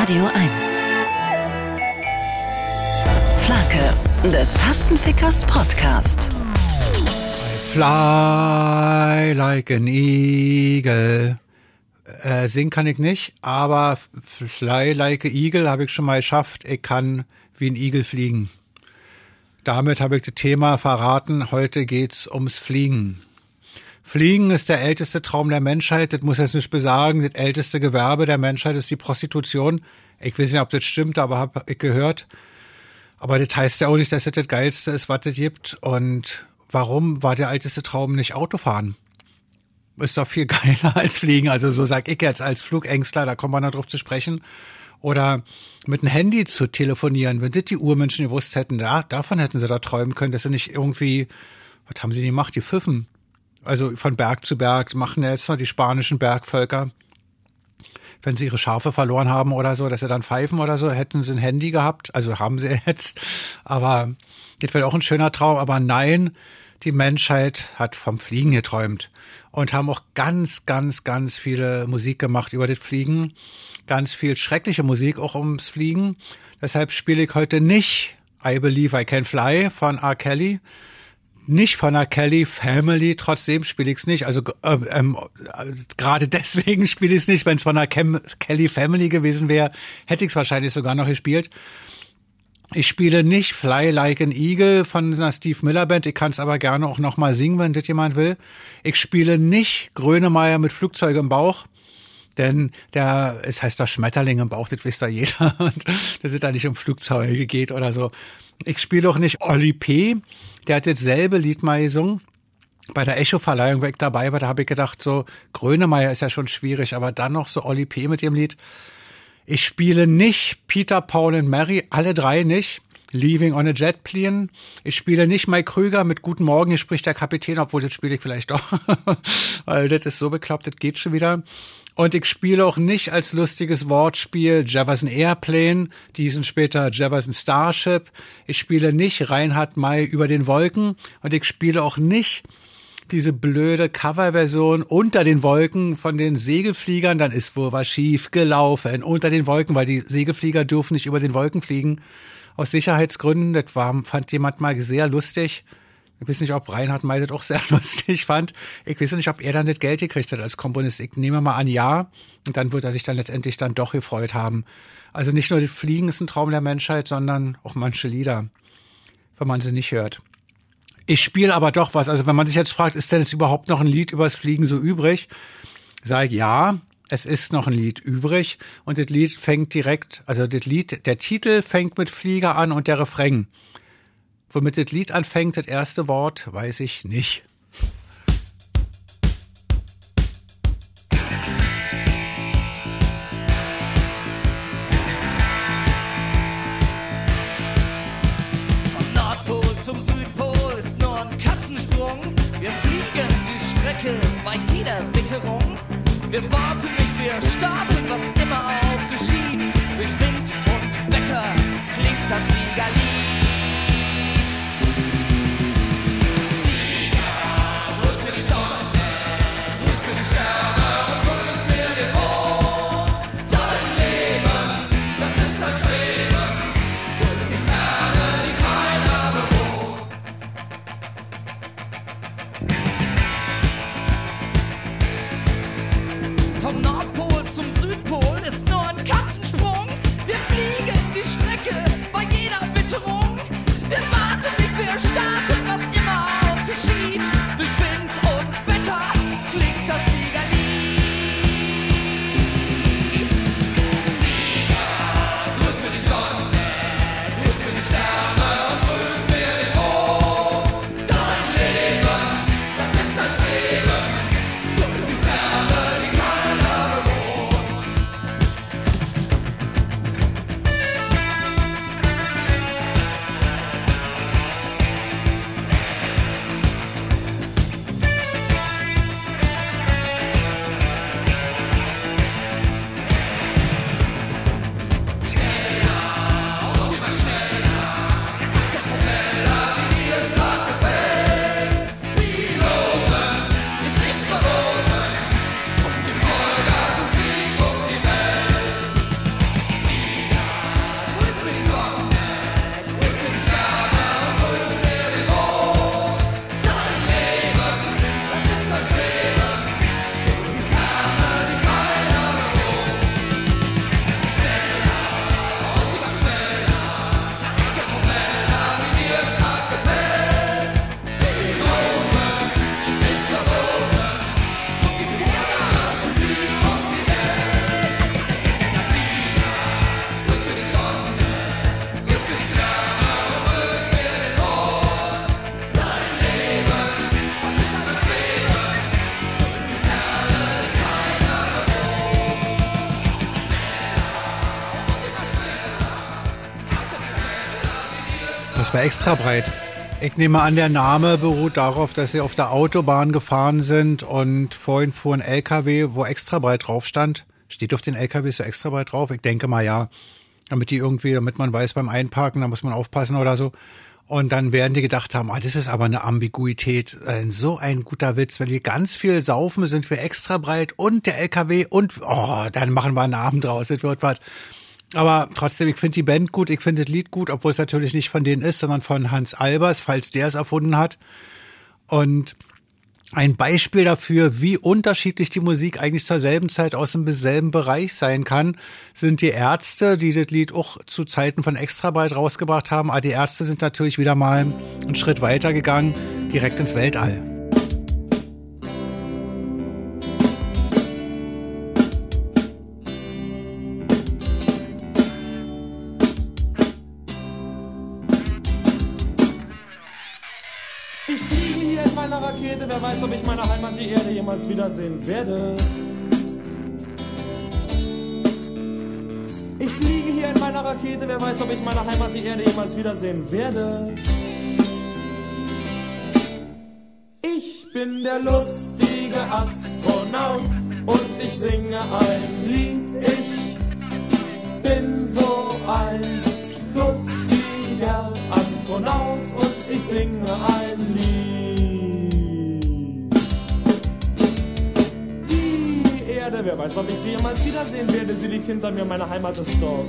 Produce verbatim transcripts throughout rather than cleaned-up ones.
Radio eins. Flake, des Tastenfickers Podcast. I fly like an eagle. Äh, singen kann ich nicht, aber fly like an eagle habe ich schon mal geschafft. Ich kann wie ein Igel fliegen. Damit habe ich das Thema verraten. Heute geht's ums Fliegen. Fliegen ist der älteste Traum der Menschheit. Das muss ich jetzt nicht besagen. Das älteste Gewerbe der Menschheit ist die Prostitution. Ich weiß nicht, ob das stimmt, aber habe ich gehört. Aber das heißt ja auch nicht, dass das das Geilste ist, was es gibt. Und warum war der älteste Traum nicht Autofahren? Ist doch viel geiler als Fliegen. Also so sag ich jetzt als Flugängstler, da kommen wir noch drauf zu sprechen. Oder mit dem Handy zu telefonieren. Wenn das die Urmenschen gewusst hätten, da, davon hätten sie da träumen können, dass sie nicht irgendwie, was haben sie gemacht, die Pfiffen? Also von Berg zu Berg machen ja jetzt noch die spanischen Bergvölker. Wenn sie ihre Schafe verloren haben oder so, dass sie dann pfeifen oder so, hätten sie ein Handy gehabt. Also haben sie jetzt. Aber das wäre auch ein schöner Traum. Aber nein, die Menschheit hat vom Fliegen geträumt. Und haben auch ganz, ganz, ganz viele Musik gemacht über das Fliegen. Ganz viel schreckliche Musik auch ums Fliegen. Deshalb spiele ich heute nicht I Believe I Can Fly von R. Kelly. Nicht von der Kelly Family, trotzdem spiele ich es nicht. Also äh, ähm, gerade deswegen spiele ich es nicht. Wenn es von der Cam- Kelly Family gewesen wäre, hätte ich es wahrscheinlich sogar noch gespielt. Ich spiele nicht Fly Like an Eagle von einer Steve Miller Band. Ich kann es aber gerne auch noch mal singen, wenn das jemand will. Ich spiele nicht Grönemeyer mit Flugzeug im Bauch. Denn der, es heißt doch Schmetterling im Bauch, das wisst ja jeder. Und dass es da nicht um Flugzeuge geht oder so. Ich spiele auch nicht Oli P., der hat dasselbe Lied mal gesungen. Bei der Echo-Verleihung, wo ich dabei war, da habe ich gedacht, so Grönemeyer ist ja schon schwierig, aber dann noch so Oli P. mit dem Lied. Ich spiele nicht Peter, Paul und Mary, alle drei nicht. Leaving on a Jet Plane. Ich spiele nicht Mike Krüger mit Guten Morgen, hier spricht der Kapitän, obwohl das spiele ich vielleicht doch. Weil das ist so bekloppt, das geht schon wieder. Und ich spiele auch nicht als lustiges Wortspiel Jefferson Airplane, diesen später Jefferson Starship. Ich spiele nicht Reinhard May über den Wolken. Und ich spiele auch nicht diese blöde Coverversion Unter den Wolken von den Segelfliegern. Dann ist wohl was schief gelaufen unter den Wolken, weil die Segelflieger dürfen nicht über den Wolken fliegen. Aus Sicherheitsgründen. Das war, fand jemand mal sehr lustig. Ich weiß nicht, ob Reinhard May das auch sehr lustig fand. Ich weiß nicht, ob er dann das Geld gekriegt hat als Komponist. Ich nehme mal an, ja. Und dann wird er sich dann letztendlich dann doch gefreut haben. Also nicht nur das Fliegen ist ein Traum der Menschheit, sondern auch manche Lieder, wenn man sie nicht hört. Ich spiele aber doch was. Also wenn man sich jetzt fragt, ist denn jetzt überhaupt noch ein Lied übers Fliegen so übrig? Sage ich, ja, es ist noch ein Lied übrig. Und das Lied fängt direkt, also das Lied, der Titel fängt mit Flieger an und der Refrain. Womit das Lied anfängt, das erste Wort, weiß ich nicht. Vom Nordpol zum Südpol ist nur ein Katzensprung. Wir fliegen die Strecke bei jeder Witterung. Wir warten nicht, wir starten, was immer auch geschieht. Durch Wind und Wetter klingt das Fliegerlied. Vom Nordpol zum Südpol ist nur ein Katzensprung. Wir fliegen die Strecke bei jeder Witterung. Wir warten nicht, wir starten, was immer auch geschieht. Durch Wind und Wetter klingt das Fliegerlied. Flieger, grüß mir die Sonne, grüß mir die Sterne und grüß mir den Mond. Dein Leben, das ist das Schweben. Durch die Ferne, die keiner bewohnt. war extra breit. Ich nehme an, der Name beruht darauf, dass sie auf der Autobahn gefahren sind und vorhin fuhr ein L K W, wo extra breit drauf stand. Steht auf den L K Ws so extra breit drauf? Ich denke mal ja. Damit die irgendwie, damit man weiß beim Einparken, da muss man aufpassen oder so. Und dann werden die gedacht haben, ah, das ist aber eine Ambiguität, so ein guter Witz. Wenn wir ganz viel saufen, sind wir extra breit und der L K W und, oh, dann machen wir einen Abend draus. Das wird was. Aber trotzdem, ich finde die Band gut, ich finde das Lied gut, obwohl es natürlich nicht von denen ist, sondern von Hans Albers, falls der es erfunden hat. Und ein Beispiel dafür, wie unterschiedlich die Musik eigentlich zur selben Zeit aus dem selben Bereich sein kann, sind die Ärzte, die das Lied auch zu Zeiten von Extrabreit rausgebracht haben. Aber die Ärzte sind natürlich wieder mal einen Schritt weiter gegangen, direkt ins Weltall. Wer weiß, ob ich meine Heimat, die Erde, jemals wiedersehen werde. Ich fliege hier in meiner Rakete, wer weiß, ob ich meine Heimat, die Erde, jemals wiedersehen werde. Ich bin der lustige Astronaut und ich singe ein Lied. Ich bin so ein lustiger Astronaut und ich singe ein Lied. Wer weiß, ob ich sie jemals wiedersehen werde. Sie liegt hinter mir, meine Heimat ist dort.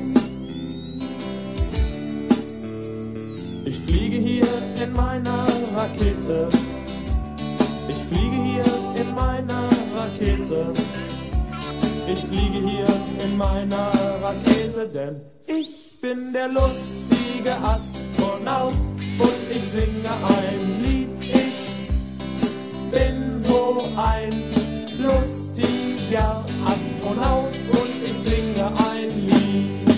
Ich fliege hier in meiner Rakete. Ich fliege hier in meiner Rakete. Ich fliege hier in meiner Rakete, denn ich bin der lustige Astronaut und ich singe ein Lied. Ich bin so ein lustiger Astronaut und ich singe ein Lied.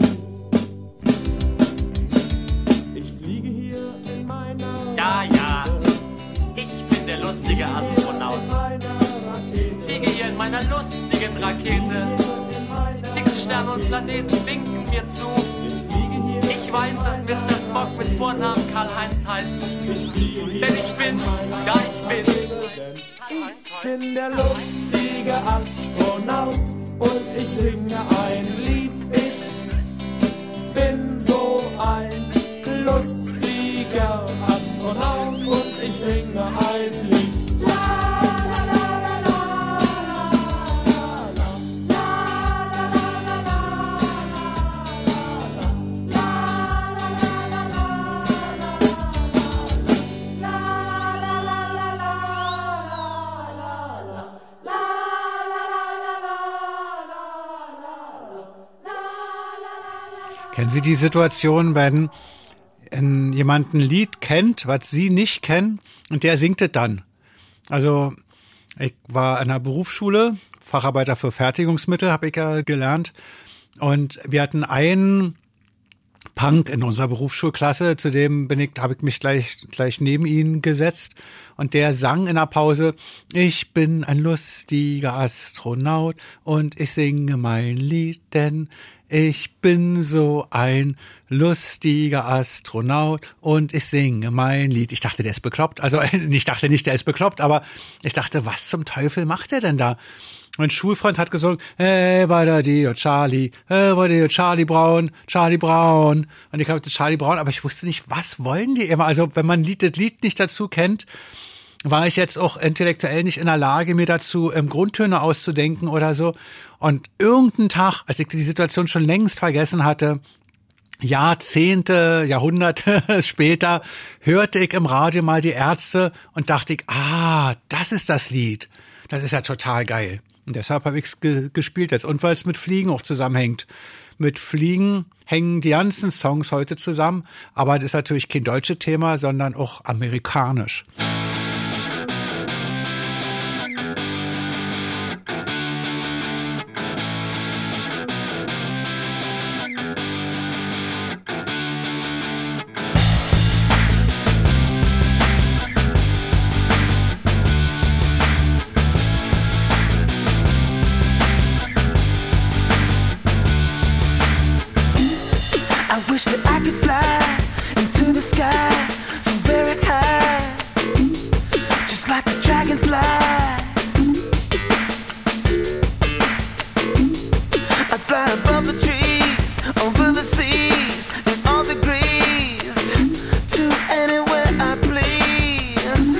Ich fliege hier in meiner Ja, ja, ich bin der lustige Astronaut. Fliege hier in meiner lustigen Rakete. Fixsterne und Planeten winken mir zu. Ich weiß, dass Mister Spock mit Vornamen Karl-Heinz heißt. Denn ich bin, ja ich bin Ich bin der lustige Astronaut und ich singe ein Lied. Ich bin so ein lustiger Astronaut und ich singe ein Lied. Kennen Sie die Situation, wenn jemand ein Lied kennt, was Sie nicht kennen, und der singt es dann? Also ich war an einer Berufsschule, Facharbeiter für Fertigungsmittel habe ich ja gelernt, und wir hatten einen Punk in unserer Berufsschulklasse, zu dem bin ich, habe ich mich gleich, gleich neben ihn gesetzt, und der sang in der Pause: Ich bin ein lustiger Astronaut und ich singe mein Lied, denn ich bin so ein lustiger Astronaut und ich singe mein Lied. Ich dachte, der ist bekloppt. Also ich dachte nicht, der ist bekloppt, aber ich dachte, was zum Teufel macht der denn da? Mein Schulfreund hat gesungen: Hey, bei der Dio Charlie, hey, bei der Charlie Brown, Charlie Brown. Und ich habe Charlie Brown, aber ich wusste nicht, was wollen die immer? Also wenn man Lied, das Lied nicht dazu kennt, war ich jetzt auch intellektuell nicht in der Lage, mir dazu ähm, Grundtöne auszudenken oder so. Und irgendeinen Tag, als ich die Situation schon längst vergessen hatte, Jahrzehnte, Jahrhunderte später, hörte ich im Radio mal die Ärzte und dachte ich, ah, das ist das Lied. Das ist ja total geil. Und deshalb habe ich es ge- gespielt jetzt. Und weil es mit Fliegen auch zusammenhängt. Mit Fliegen hängen die ganzen Songs heute zusammen. Aber das ist natürlich kein deutsches Thema, sondern auch amerikanisch. I wish that I could fly into the sky fly above the trees, over the seas, in all degrees, to anywhere I please.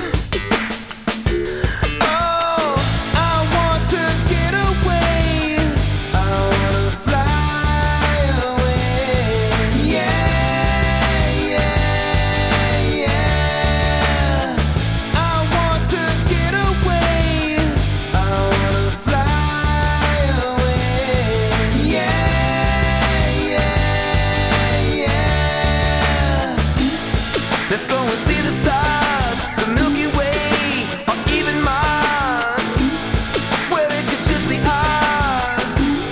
Oh, I want to get away, I want to fly away. Yeah, yeah, yeah. I want to get away, I want to fly away. Yeah, yeah, yeah. Let's go and see the stars, the Milky Way, or even Mars, where it could just be ours.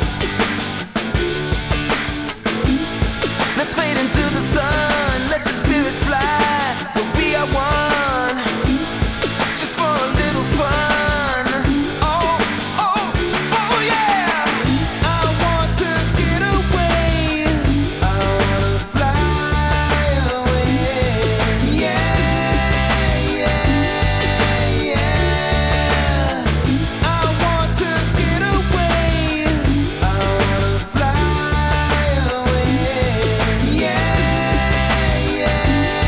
Let's fade into the sun, let your spirit fly, we'll be our one, just for a little fun. Oh, oh, oh yeah. I want to get away, I want to fly away. Yeah, yeah, yeah. I want to get away, I want to fly away. Yeah, yeah, yeah.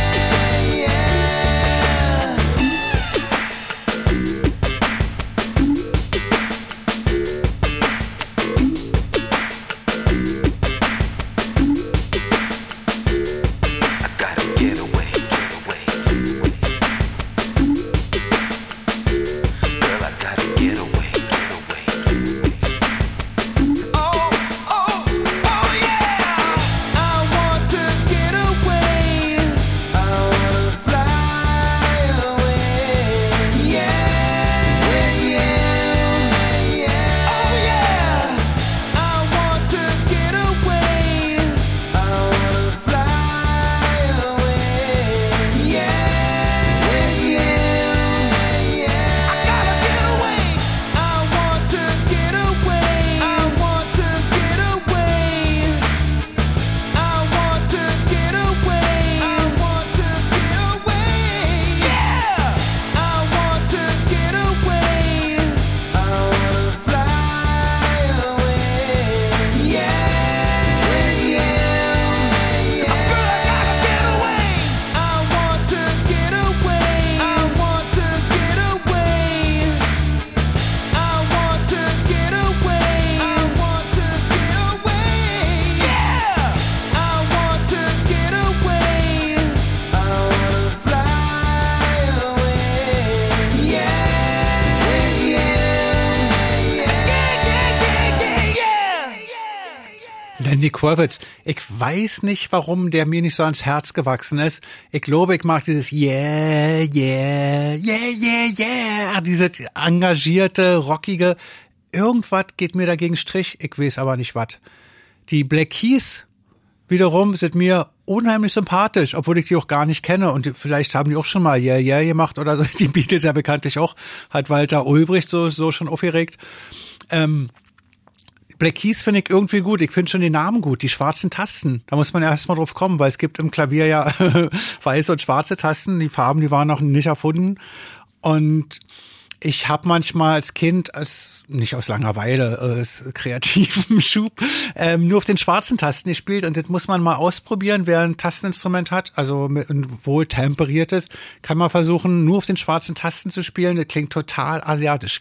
I gotta get away, get away, get away. Girl, I gotta get away, get away, get away. Oh, oh, oh yeah! I want to get away, I wanna fly away. Yeah, with you, yeah. Oh yeah! I want to get away, I wanna fly away. Yeah, with you, yeah. I gotta get away. I want to get away. I want to get away. I want to get away. I want to get away. Yeah. I want to get away. I wanna fly away. Yeah, with you, yeah. Girl, I gotta get away. I want to get away. I want to get away. I want to get away. I want to get away. Yeah. I want to get away. I wanna fly away. Yeah, with you, yeah. Yeah, yeah, yeah, yeah. Lenny Kravitz, ich weiß nicht, warum der mir nicht so ans Herz gewachsen ist. Ich glaube, ich mag dieses Yeah, yeah, yeah, yeah, yeah, diese engagierte, rockige. Irgendwas geht mir dagegen Strich, ich weiß aber nicht was. Die Black Keys wiederum sind mir unheimlich sympathisch, obwohl ich die auch gar nicht kenne. Und vielleicht haben die auch schon mal Yeah, yeah gemacht oder so. Die Beatles ja bekanntlich auch, hat Walter Ulbricht so, so schon aufgeregt. Ähm, Black Keys finde ich irgendwie gut. Ich finde schon den Namen gut. Die schwarzen Tasten. Da muss man ja erst mal drauf kommen, weil es gibt im Klavier ja weiße und schwarze Tasten. Die Farben, die waren noch nicht erfunden. Und ich habe manchmal als Kind, als nicht aus Langeweile, aus kreativem Schub, ähm, nur auf den schwarzen Tasten gespielt. Und das muss man mal ausprobieren, wer ein Tasteninstrument hat, also mit ein wohl temperiertes, kann man versuchen, nur auf den schwarzen Tasten zu spielen. Das klingt total asiatisch.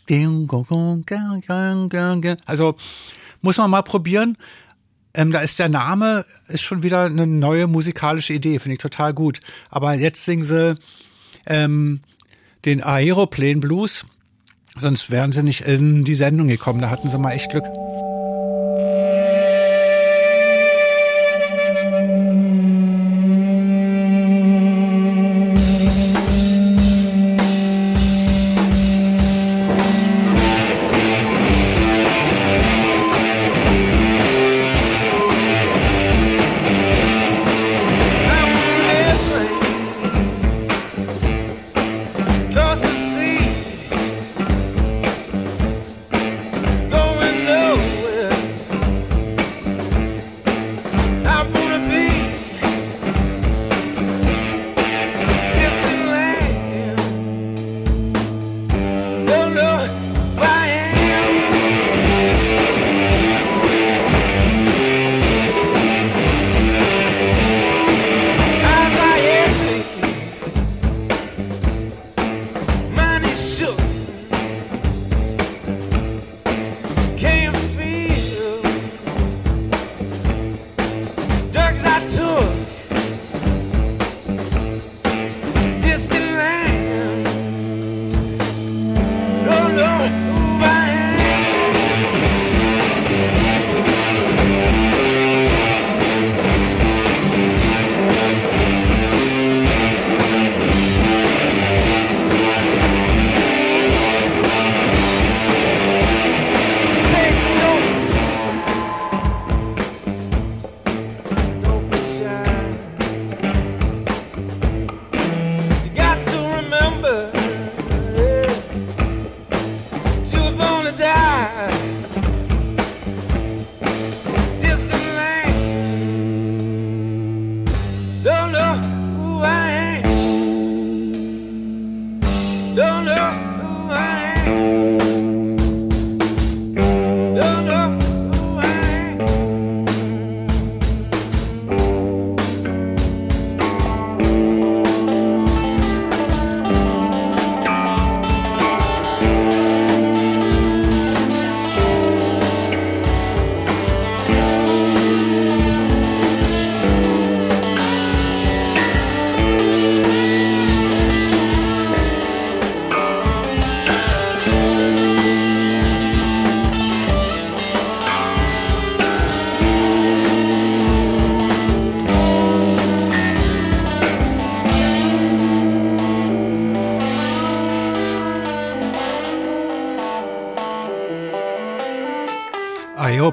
Also muss man mal probieren. Ähm, da ist der Name, ist schon wieder eine neue musikalische Idee, finde ich total gut. Aber jetzt singen sie ähm, den Aeroplane Blues, sonst wären sie nicht in die Sendung gekommen. Da hatten sie mal echt Glück. Cross the sea, going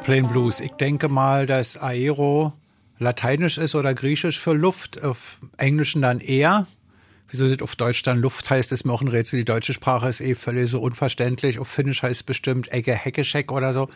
Airplane Blues. Ich denke mal, dass Aero lateinisch ist oder griechisch für Luft, auf Englischen dann Air. Wieso das auf Deutsch dann Luft heißt, ist mir auch ein Rätsel. Die deutsche Sprache ist eh völlig so unverständlich. Auf Finnisch heißt es bestimmt Egge Heckescheck oder so.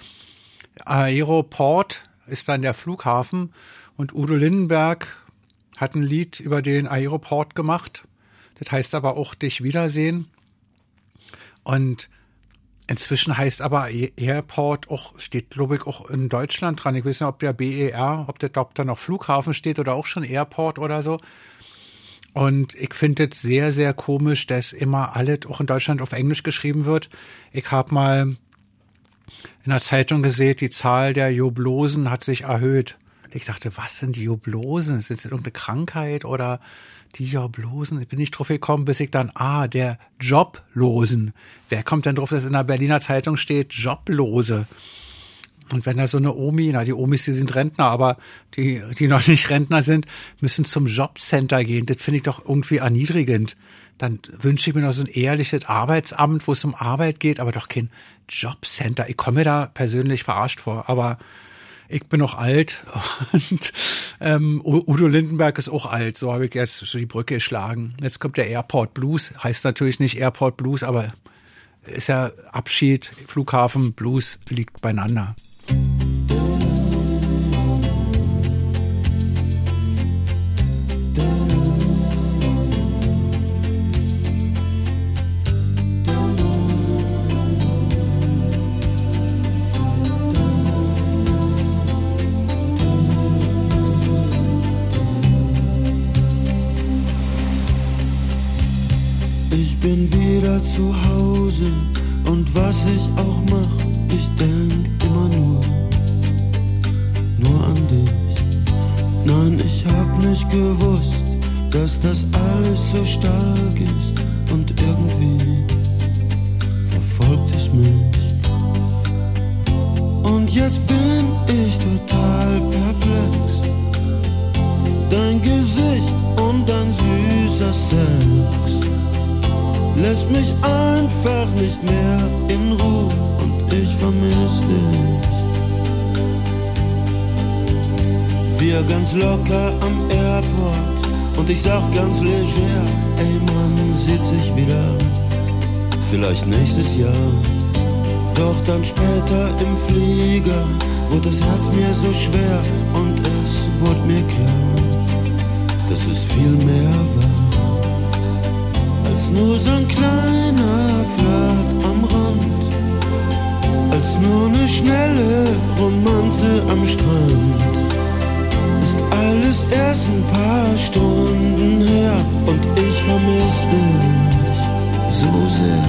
Aeroport ist dann der Flughafen und Udo Lindenberg hat ein Lied über den Aeroport gemacht. Das heißt aber auch Dich wiedersehen. Und inzwischen heißt aber Airport auch, steht glaube ich auch in Deutschland dran. Ich weiß nicht, ob der B E R, ob, das, ob da noch Flughafen steht oder auch schon Airport oder so. Und ich finde es sehr, sehr komisch, dass immer alles auch in Deutschland auf Englisch geschrieben wird. Ich habe mal in der Zeitung gesehen, die Zahl der Joblosen hat sich erhöht. Ich dachte, was sind die Joblosen? Ist das irgendeine Krankheit oder die Joblosen? Ich bin nicht drauf gekommen, bis ich dann, ah, der Joblosen. Wer kommt denn drauf, dass in der Berliner Zeitung steht Joblose? Und wenn da so eine Omi, na die Omis, die sind Rentner, aber die, die noch nicht Rentner sind, müssen zum Jobcenter gehen. Das finde ich doch irgendwie erniedrigend. Dann wünsche ich mir noch so ein ehrliches Arbeitsamt, wo es um Arbeit geht, aber doch kein Jobcenter. Ich komme mir da persönlich verarscht vor, aber ich bin noch alt und ähm, Udo Lindenberg ist auch alt. So habe ich jetzt so die Brücke geschlagen. Jetzt kommt der Airport Blues. Heißt natürlich nicht Airport Blues, aber ist ja Abschied, Flughafen, Blues liegt beieinander. Ich bin wieder zu Hause und was ich auch mach, ich denk immer nur, nur an dich. Nein, ich hab nicht gewusst, dass das alles so stark ist und irgendwie verfolgt es mich. Und jetzt bin ich total perplex. Dein Gesicht und dein süßer Sex lässt mich einfach nicht mehr in Ruhe und ich vermiss dich. Wir ganz locker am Airport und ich sag ganz leger, ey, man sieht sich wieder, vielleicht nächstes Jahr. Doch dann später im Flieger wurde das Herz mir so schwer und es wurde mir klar, dass es viel mehr war als nur so ein kleiner Flirt am Rand, als nur eine schnelle Romanze am Strand. Ist alles erst ein paar Stunden her und ich vermiss dich so sehr.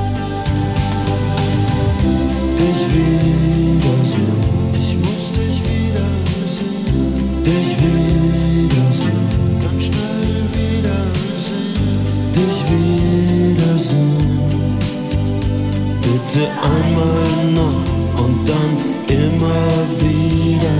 Dich wiedersehen, ich muss dich wiedersehen, dich wiedersehen, ganz schnell wiedersehen, dich wiedersehen. Bitte einmal noch und dann immer wieder.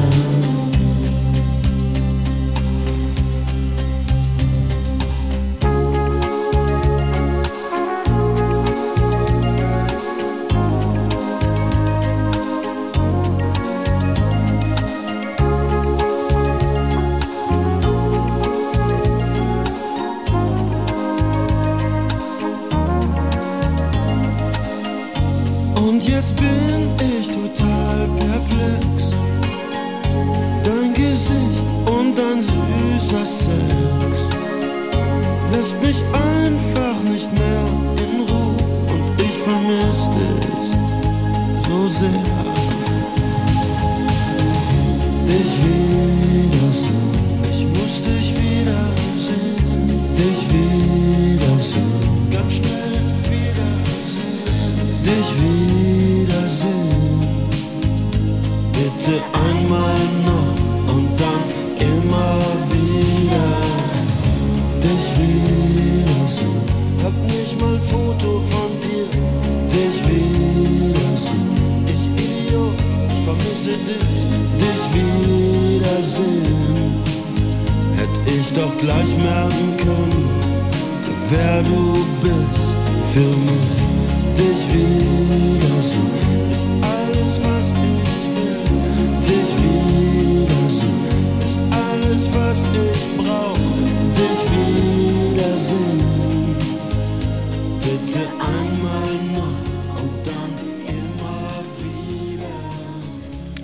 Dich wiedersehen ist alles, was ich will.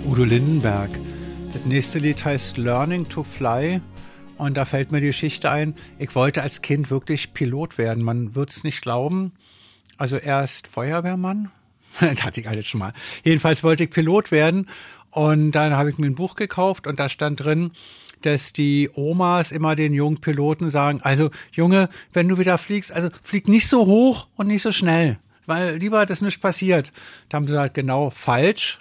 Udo Lindenberg. Das nächste Lied heißt Learning to Fly und da fällt mir die Geschichte ein, ich wollte als Kind wirklich Pilot werden, man wird es nicht glauben. Also erst Feuerwehrmann, das hatte ich alles schon mal. Jedenfalls wollte ich Pilot werden und dann habe ich mir ein Buch gekauft und da stand drin, dass die Omas immer den jungen Piloten sagen, also Junge, wenn du wieder fliegst, also flieg nicht so hoch und nicht so schnell, weil lieber, dass nichts passiert. Da haben sie gesagt, genau, falsch.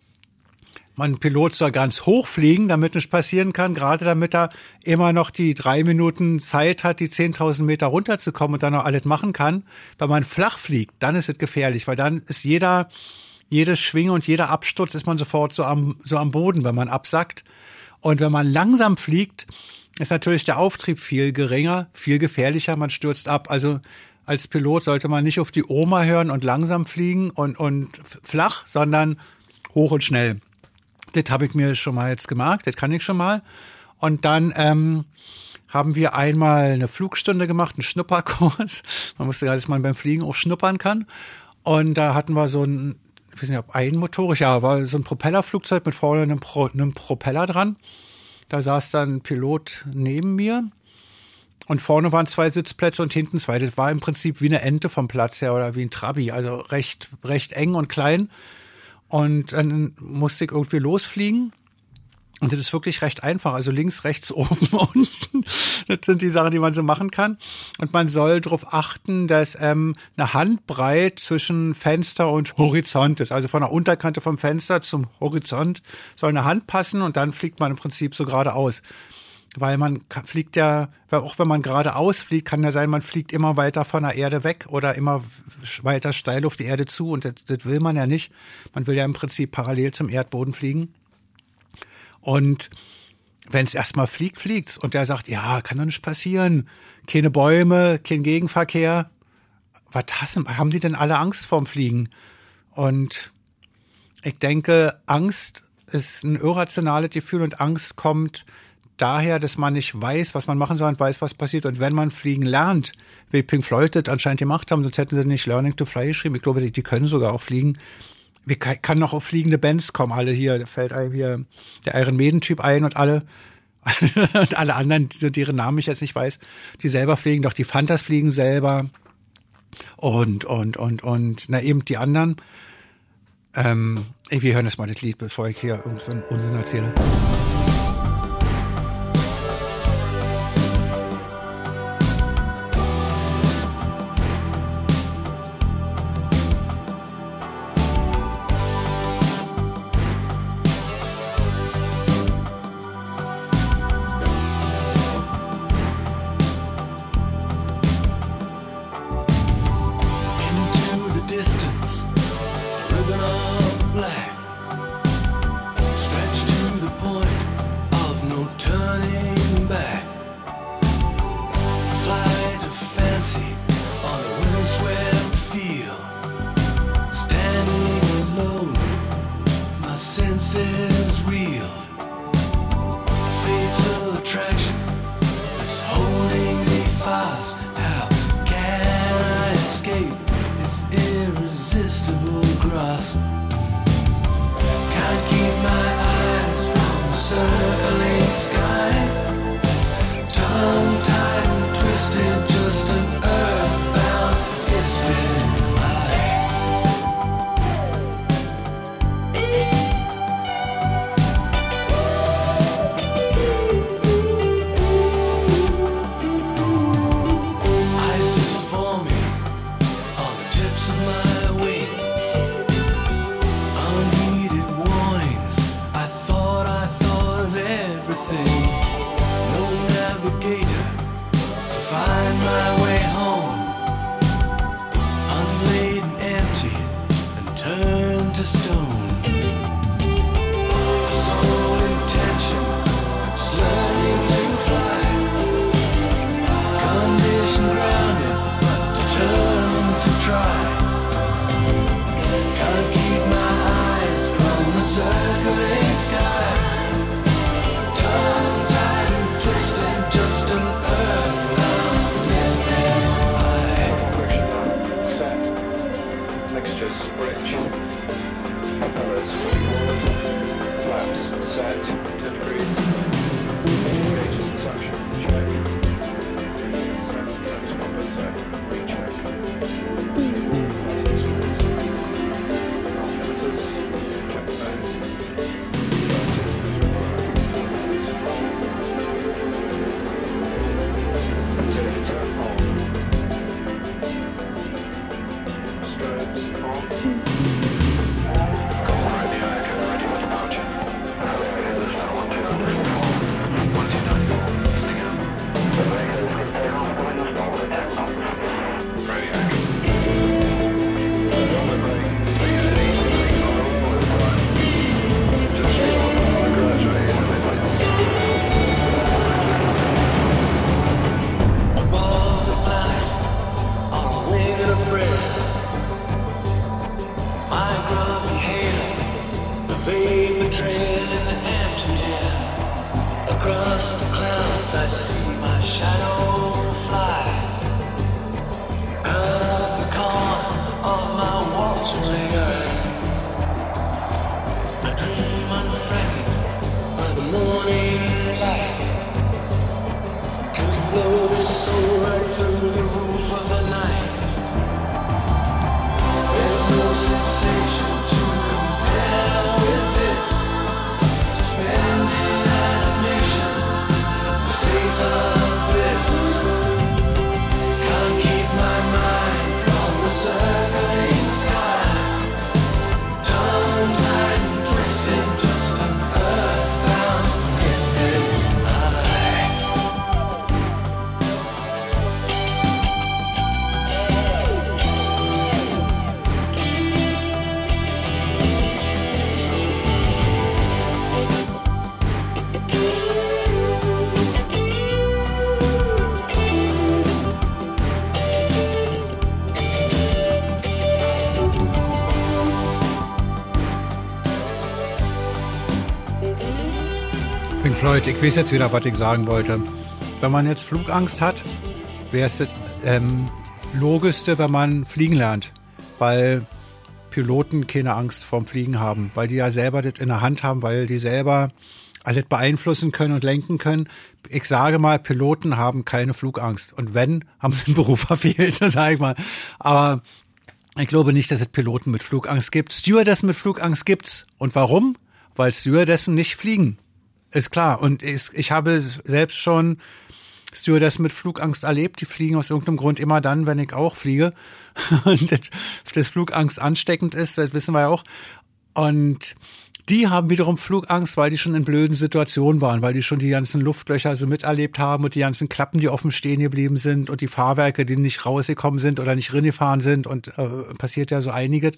Ein Pilot soll ganz hoch fliegen, damit nichts passieren kann, gerade damit er immer noch die drei Minuten Zeit hat, die zehntausend Meter runterzukommen und dann noch alles machen kann. Wenn man flach fliegt, dann ist es gefährlich, weil dann ist jeder, jede Schwinge und jeder Absturz ist man sofort so am, so am Boden, wenn man absackt. Und wenn man langsam fliegt, ist natürlich der Auftrieb viel geringer, viel gefährlicher, man stürzt ab. Also als Pilot sollte man nicht auf die Oma hören und langsam fliegen und, und flach, sondern hoch und schnell. Das habe ich mir schon mal jetzt gemerkt, das kann ich schon mal. Und dann ähm, haben wir einmal eine Flugstunde gemacht, einen Schnupperkurs. Man wusste gar nicht, dass man beim Fliegen auch schnuppern kann. Und da hatten wir so ein, ich weiß nicht, ob einmotorisch, ja, war so ein Propellerflugzeug mit vorne einem, Pro, einem Propeller dran. Da saß dann ein Pilot neben mir. Und vorne waren zwei Sitzplätze und hinten zwei. Das war im Prinzip wie eine Ente vom Platz her oder wie ein Trabi, also recht, recht eng und klein. Und dann musste ich irgendwie losfliegen. Und das ist wirklich recht einfach. Also links, rechts, oben, unten. Das sind die Sachen, die man so machen kann. Und man soll darauf achten, dass ähm, eine Handbreit zwischen Fenster und Horizont ist. Also von der Unterkante vom Fenster zum Horizont soll eine Hand passen und dann fliegt man im Prinzip so geradeaus. Weil man fliegt ja, auch wenn man geradeaus fliegt, kann ja sein, man fliegt immer weiter von der Erde weg oder immer weiter steil auf die Erde zu und das, das will man ja nicht. Man will ja im Prinzip parallel zum Erdboden fliegen. Und wenn es erstmal fliegt, fliegt's. Und der sagt, ja, kann doch nicht passieren. Keine Bäume, kein Gegenverkehr. Was hassen, haben die denn alle Angst vorm Fliegen? Und ich denke, Angst ist ein irrationales Gefühl und Angst kommt daher, dass man nicht weiß, was man machen soll und weiß, was passiert. Und wenn man fliegen lernt, wie Pink Floyd das anscheinend gemacht haben, sonst hätten sie nicht Learning to Fly geschrieben. Ich glaube, die, die können sogar auch fliegen. Wie kann noch auf fliegende Bands kommen, alle hier. Da fällt einem hier der Iron Maiden-Typ ein und alle und alle anderen, deren Namen ich jetzt nicht weiß, die selber fliegen. Doch die Fantas fliegen selber. Und, und, und, und, na eben die anderen. Ähm, wir hören jetzt mal das Lied, bevor ich hier irgendeinen Unsinn erzähle. Sometimes I see my shadow fly out of the corner of my watering eye. I dream unthreatened by the morning light. Could blow this soul right through the roof of the night. There's no sensation to compare with this. Suspended animation, state of bliss. Can't keep my mind from the circling sky. Tongue tied and twisted, just an earthbound distant eye. Pink Floyd, ich weiß jetzt wieder, was ich sagen wollte. Wenn man jetzt Flugangst hat, wäre es das ähm, Logischste, wenn man fliegen lernt. Weil Piloten keine Angst vorm Fliegen haben. Weil die ja selber das in der Hand haben, weil die selber alles beeinflussen können und lenken können. Ich sage mal, Piloten haben keine Flugangst. Und wenn, haben sie den Beruf verfehlt, sage ich mal. Aber ich glaube nicht, dass es Piloten mit Flugangst gibt. Stewardessen mit Flugangst gibt's. Und warum? Weil Stewardessen nicht fliegen. Ist klar. Und ich, ich habe selbst schon Stewardessen mit Flugangst erlebt. Die fliegen aus irgendeinem Grund immer dann, wenn ich auch fliege. Und das, das Flugangst ansteckend ist, das wissen wir ja auch. Und die haben wiederum Flugangst, weil die schon in blöden Situationen waren, weil die schon die ganzen Luftlöcher so miterlebt haben und die ganzen Klappen, die offen stehen geblieben sind und die Fahrwerke, die nicht rausgekommen sind oder nicht reingefahren sind. Und äh, passiert ja so einiges.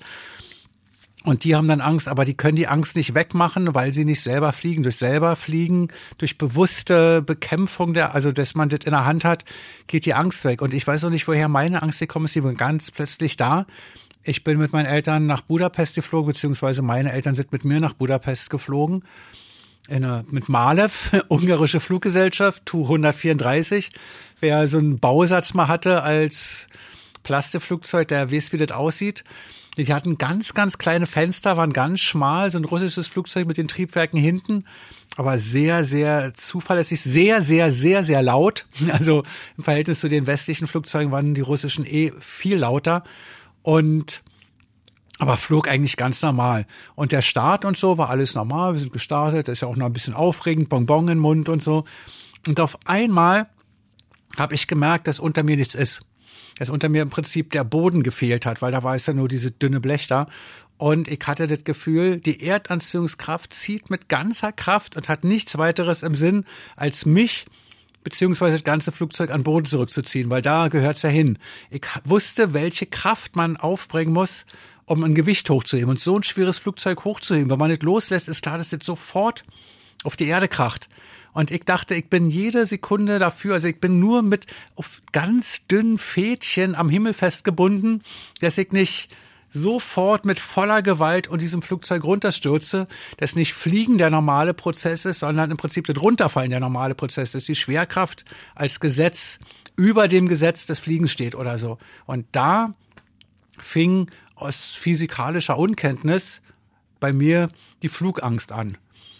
Und die haben dann Angst, aber die können die Angst nicht wegmachen, weil sie nicht selber fliegen. Durch selber fliegen, durch bewusste Bekämpfung der, also dass man das in der Hand hat, geht die Angst weg. Und ich weiß auch nicht, woher meine Angst gekommen ist, die war ganz plötzlich da. Ich bin mit meinen Eltern nach Budapest geflogen, beziehungsweise meine Eltern sind mit mir nach Budapest geflogen. In einer, mit Malev, ungarische Fluggesellschaft, Tu hundertvierunddreißig. Wer so einen Bausatz mal hatte als Plastikflugzeug, der weiß, wie das aussieht. Die hatten ganz, ganz kleine Fenster, waren ganz schmal, so ein russisches Flugzeug mit den Triebwerken hinten, aber sehr, sehr zuverlässig, sehr, sehr, sehr, sehr laut. Also im Verhältnis zu den westlichen Flugzeugen waren die russischen eh viel lauter und aber flog eigentlich ganz normal. Und der Start und so war alles normal, wir sind gestartet, das ist ja auch noch ein bisschen aufregend, Bonbon im Mund und so. Und auf einmal habe ich gemerkt, dass unter mir nichts ist. Dass unter mir im Prinzip der Boden gefehlt hat, weil da war es ja nur diese dünne Blech da. Und ich hatte das Gefühl, die Erdanziehungskraft zieht mit ganzer Kraft und hat nichts weiteres im Sinn, als mich beziehungsweise das ganze Flugzeug an Boden zurückzuziehen, weil da gehört's ja hin. Ich wusste, welche Kraft man aufbringen muss, um ein Gewicht hochzuheben. Und so ein schweres Flugzeug hochzuheben, wenn man nicht loslässt, ist klar, dass das sofort auf die Erde kracht. Und ich dachte, ich bin jede Sekunde dafür, also ich bin nur mit auf ganz dünnen Fädchen am Himmel festgebunden, dass ich nicht sofort mit voller Gewalt und diesem Flugzeug runterstürze, dass nicht Fliegen der normale Prozess ist, sondern im Prinzip das Runterfallen der normale Prozess, dass die Schwerkraft als Gesetz über dem Gesetz des Fliegens steht oder so. Und da fing aus physikalischer Unkenntnis bei mir die Flugangst an.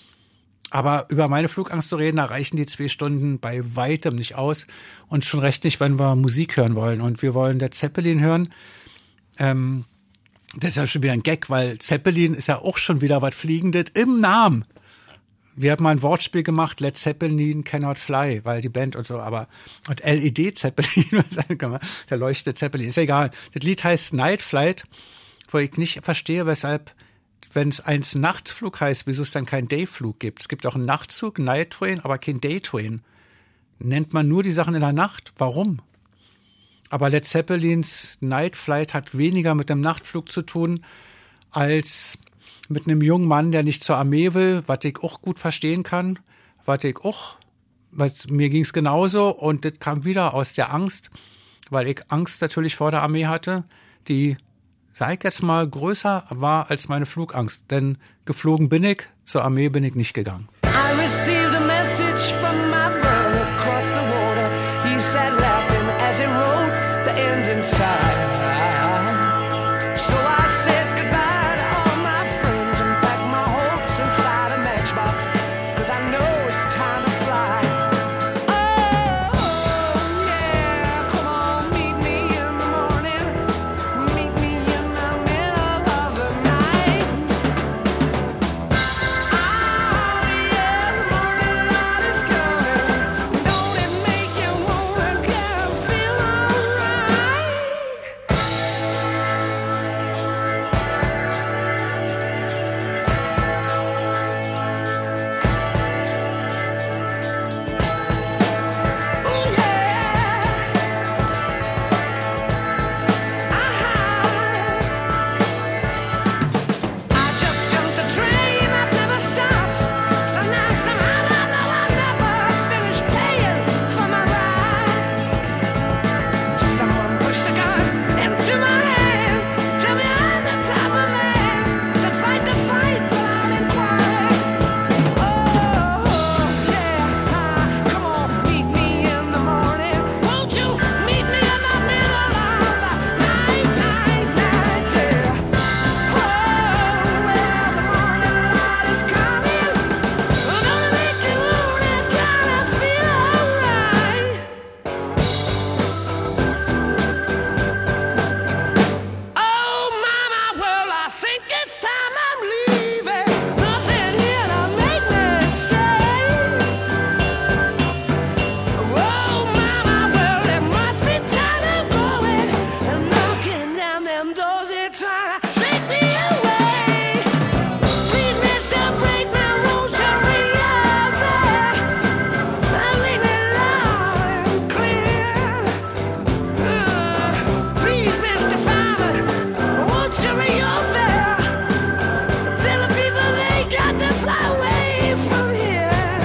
Aber über meine Flugangst zu reden, da reichen die zwei Stunden bei weitem nicht aus. Und schon recht nicht, wenn wir Musik hören wollen. Und wir wollen der Zeppelin hören. Ähm, das ist ja schon wieder ein Gag, weil Zeppelin ist ja auch schon wieder was Fliegendes im Namen. Wir haben mal ein Wortspiel gemacht, Led Zeppelin cannot fly, weil die Band und so, aber und L E D Zeppelin, der leuchtet Zeppelin, ist egal. Das Lied heißt Night Flight, wo ich nicht verstehe, weshalb, wenn es eins Nachtflug heißt, wieso es dann keinen Dayflug gibt. Es gibt auch einen Nachtzug, Night Train, aber kein Day Train. Nennt man nur die Sachen in der Nacht? Warum? Aber Led Zeppelins Night Flight hat weniger mit dem Nachtflug zu tun, als mit einem jungen Mann, der nicht zur Armee will, was ich auch gut verstehen kann, was ich auch, was, mir ging es genauso und das kam wieder aus der Angst, weil ich Angst natürlich vor der Armee hatte, die, sag ich jetzt mal, größer war als meine Flugangst, denn geflogen bin ich, zur Armee bin ich nicht gegangen. I received a message from my brother. sat laughing as he wrote the end inside. So I said goodbye to all my friends and packed my hopes inside a matchbox, 'cause I know it's time to fly. Oh, yeah, come on, meet me in the morning, meet me in the middle of the night. Oh, yeah, the morning light is coming, don't it make you wanna kind of feel alright? Oh, yeah. I just jumped a train that never stopped. So now somehow I know I'll never finish paying for my ride. Someone pushed a gun into my hand. Tell me I'm the type of man to fight the fight without inquiry. Oh, yeah, come on, meet me in the morning. Won't you meet me in the middle of the night, night, night, yeah. Oh, well, the morning light is coming, gonna make you wanna kinda feel alright. Oh, mama, well, I think it's time I'm leaving. Nothing here to make me say. Oh, mama, well, it must be time I'm going and knocking down them doors. They're trying to take me away. Please, mister, break my rules, hurry up there. Leave me loud and clear. Uh, please, Mister Fireman, won't you hurry up there? Tell the people they got to fly away from here.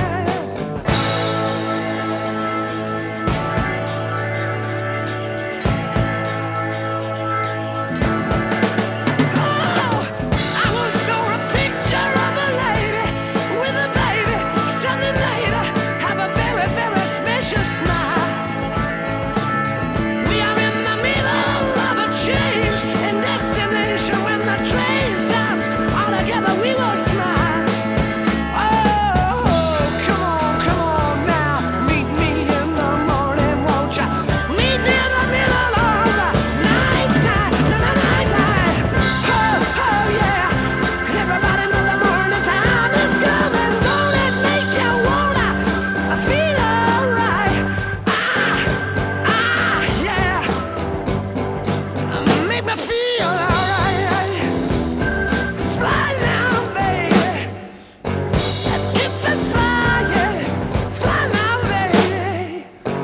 Oh, I once saw a picture of a lady with a baby, something later, have a very, very special smile. We are in the middle of a change in destination. When the train stops, all together we will smile. Oh, come on, come on now, meet me in the morning, won't ya? Meet me in the middle of the night, night, night, night, night. Oh, oh yeah, everybody know the morning time is coming. Don't it make you wanna feel alright? Ah, ah, yeah, make me feel alright. Fly now, baby. Get the fire, fly now, baby.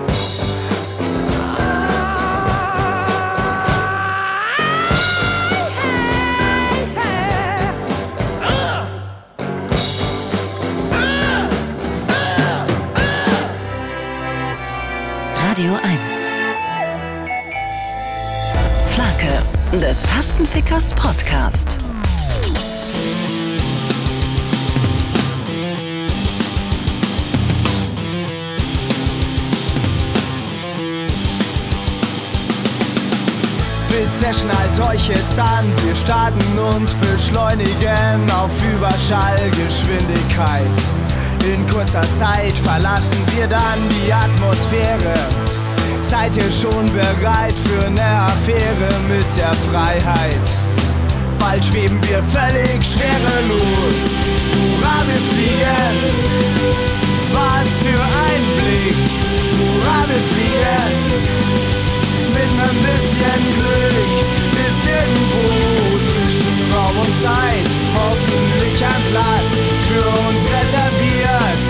Radio eins. Flake, des Tastenfickers Podcast. Bitte schnallt euch jetzt an, wir starten und beschleunigen auf Überschallgeschwindigkeit. In kurzer Zeit verlassen wir dann die Atmosphäre. Seid ihr schon bereit für eine Affäre mit der Freiheit? Bald schweben wir völlig schwerelos. Hurra, wir fliegen! Was für ein Blick! Hurra, wir fliegen! Mit nem bisschen Glück ist irgendwo zwischen Raum und Zeit hoffentlich ein Platz für uns reserviert.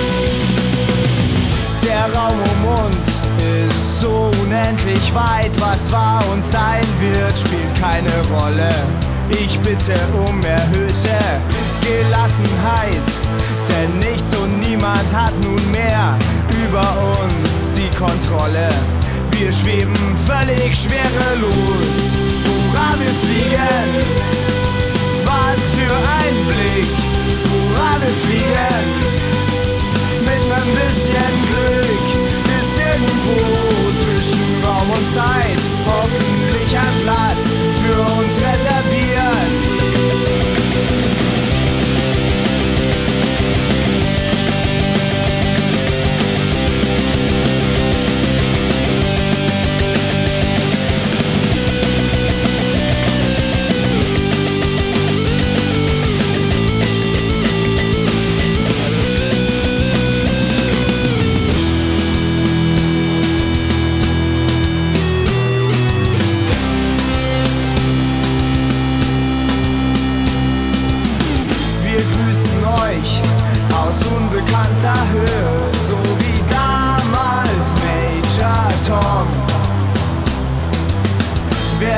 Der Raum um uns ist so unendlich weit, was war und sein wird, spielt keine Rolle. Ich bitte um erhöhte Gelassenheit, denn nichts und niemand hat nunmehr über uns die Kontrolle. Wir schweben völlig schwerelos, hurra, wir fliegen. Was für ein Blick, hurra, wir fliegen. Mit nem bisschen Glück ist irgendwo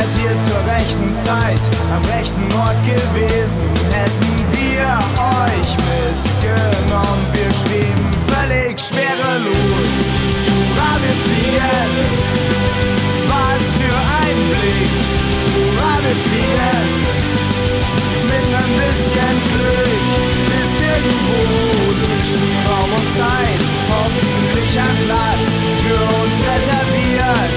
wäret ihr zur rechten Zeit am rechten Ort gewesen, hätten wir euch mitgenommen. Wir schweben völlig schwerelos, hurra, wir fliegen. Was für ein Blick, hurra, wir fliegen. Mit ein bisschen Glück ist irgendwo zwischen Raum und Zeit hoffentlich ein Platz für uns reserviert.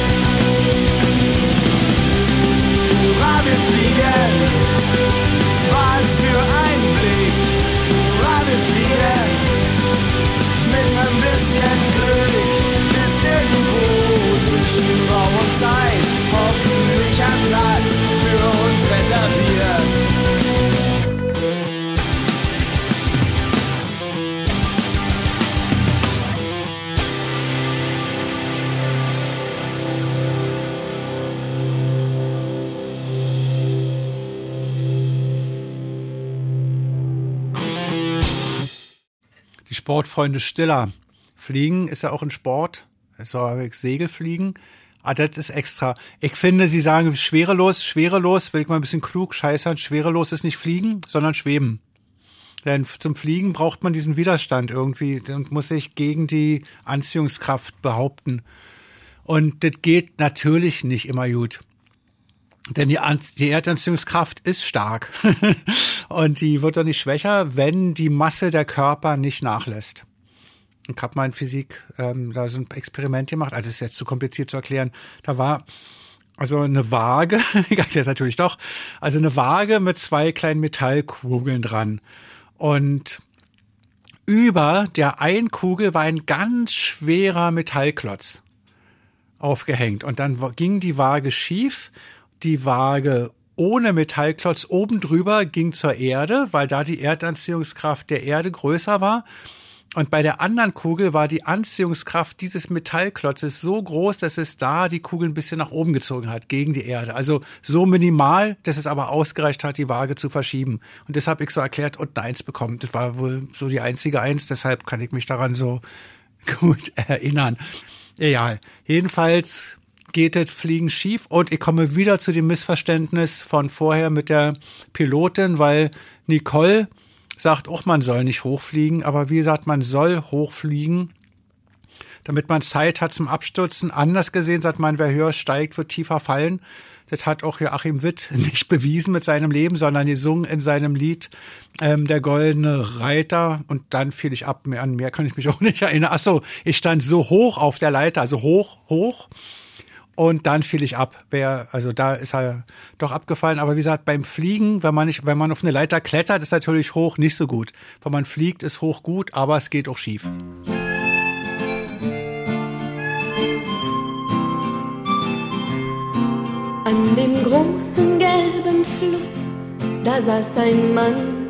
Hurra, wir fliegen, was für ein Blick, hurra, wir fliegen. Mit ein bisschen Glück ist irgendwo zwischen Raum und Zeit hoffentlich ein Platz für uns reserviert. Die Sportfreunde Stiller. Fliegen ist ja auch ein Sport. So habe ich Segelfliegen. Ah, das ist extra. Ich finde, sie sagen schwerelos, schwerelos, will ich mal ein bisschen klug scheißern. Schwerelos ist nicht fliegen, sondern schweben. Denn zum Fliegen braucht man diesen Widerstand irgendwie und muss sich gegen die Anziehungskraft behaupten. Und das geht natürlich nicht immer gut. Denn die, An- die Erdanziehungskraft ist stark. Und die wird doch nicht schwächer, wenn die Masse der Körper nicht nachlässt. Ich habe mal in Physik ähm, da so ein Experiment gemacht. Also das ist jetzt zu kompliziert zu erklären. Da war also eine Waage, ich erkläre es natürlich doch, also eine Waage mit zwei kleinen Metallkugeln dran. Und über der einen Kugel war ein ganz schwerer Metallklotz aufgehängt. Und dann ging die Waage schief. Die Waage ohne Metallklotz oben drüber ging zur Erde, weil da die Erdanziehungskraft der Erde größer war. Und bei der anderen Kugel war die Anziehungskraft dieses Metallklotzes so groß, dass es da die Kugel ein bisschen nach oben gezogen hat, gegen die Erde. Also so minimal, dass es aber ausgereicht hat, die Waage zu verschieben. Und das habe ich so erklärt und eine Eins bekommen. Das war wohl so die einzige Eins, deshalb kann ich mich daran so gut erinnern. Egal. Jedenfalls geht das Fliegen schief und ich komme wieder zu dem Missverständnis von vorher mit der Pilotin, weil Nicole sagt auch, man soll nicht hochfliegen, aber wie gesagt, man soll hochfliegen, damit man Zeit hat zum Abstürzen. Anders gesehen sagt man, wer höher steigt, wird tiefer fallen. Das hat auch Joachim Witt nicht bewiesen mit seinem Leben, sondern gesungen in seinem Lied ähm, Der goldene Reiter. Und dann fiel ich ab, an mehr kann ich mich auch nicht erinnern. Ach so, ich stand so hoch auf der Leiter, also hoch, hoch. Und dann fiel ich ab. Wer, also da ist er doch abgefallen. Aber wie gesagt, beim Fliegen, wenn man nicht, wenn man auf eine Leiter klettert, ist natürlich hoch nicht so gut. Wenn man fliegt, ist hoch gut, aber es geht auch schief. An dem großen gelben Fluss, da saß ein Mann.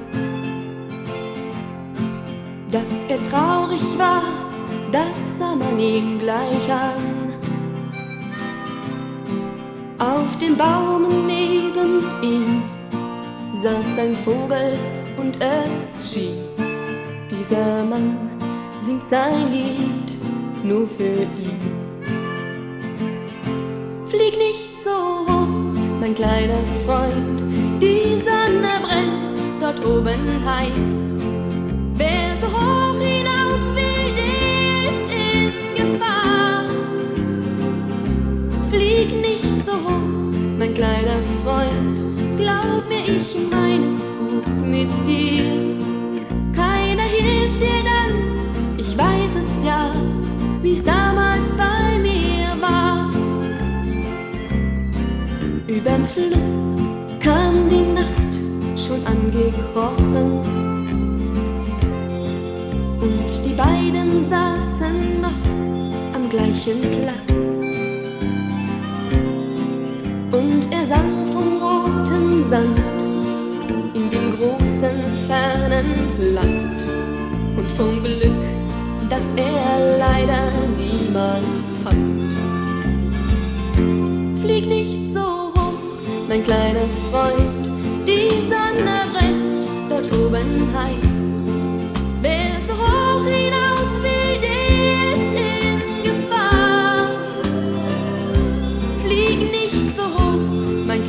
Dass er traurig war, das sah man ihm gleich an. Auf dem Baum neben ihm saß ein Vogel und es schien, dieser Mann singt sein Lied nur für ihn. Flieg nicht so hoch, mein kleiner Freund, die Sonne brennt dort oben heiß. Wer so hoch hinaus will, der ist in Gefahr. Flieg nicht so hoch, mein kleiner Freund, glaub mir, ich meine es gut mit dir. Keiner hilft dir dann, ich weiß es ja, wie es damals bei mir war. Überm Fluss kam die Nacht schon angekrochen und die beiden saßen noch am gleichen Platz. Und er sang vom roten Sand in dem großen, fernen Land und vom Glück, das er leider niemals fand. Flieg nicht so hoch, mein kleiner Freund, die Sonne brennt dort oben heiß. Wer so hoch hinaus will, der ist in Gefahr. Flieg nicht so hoch, mein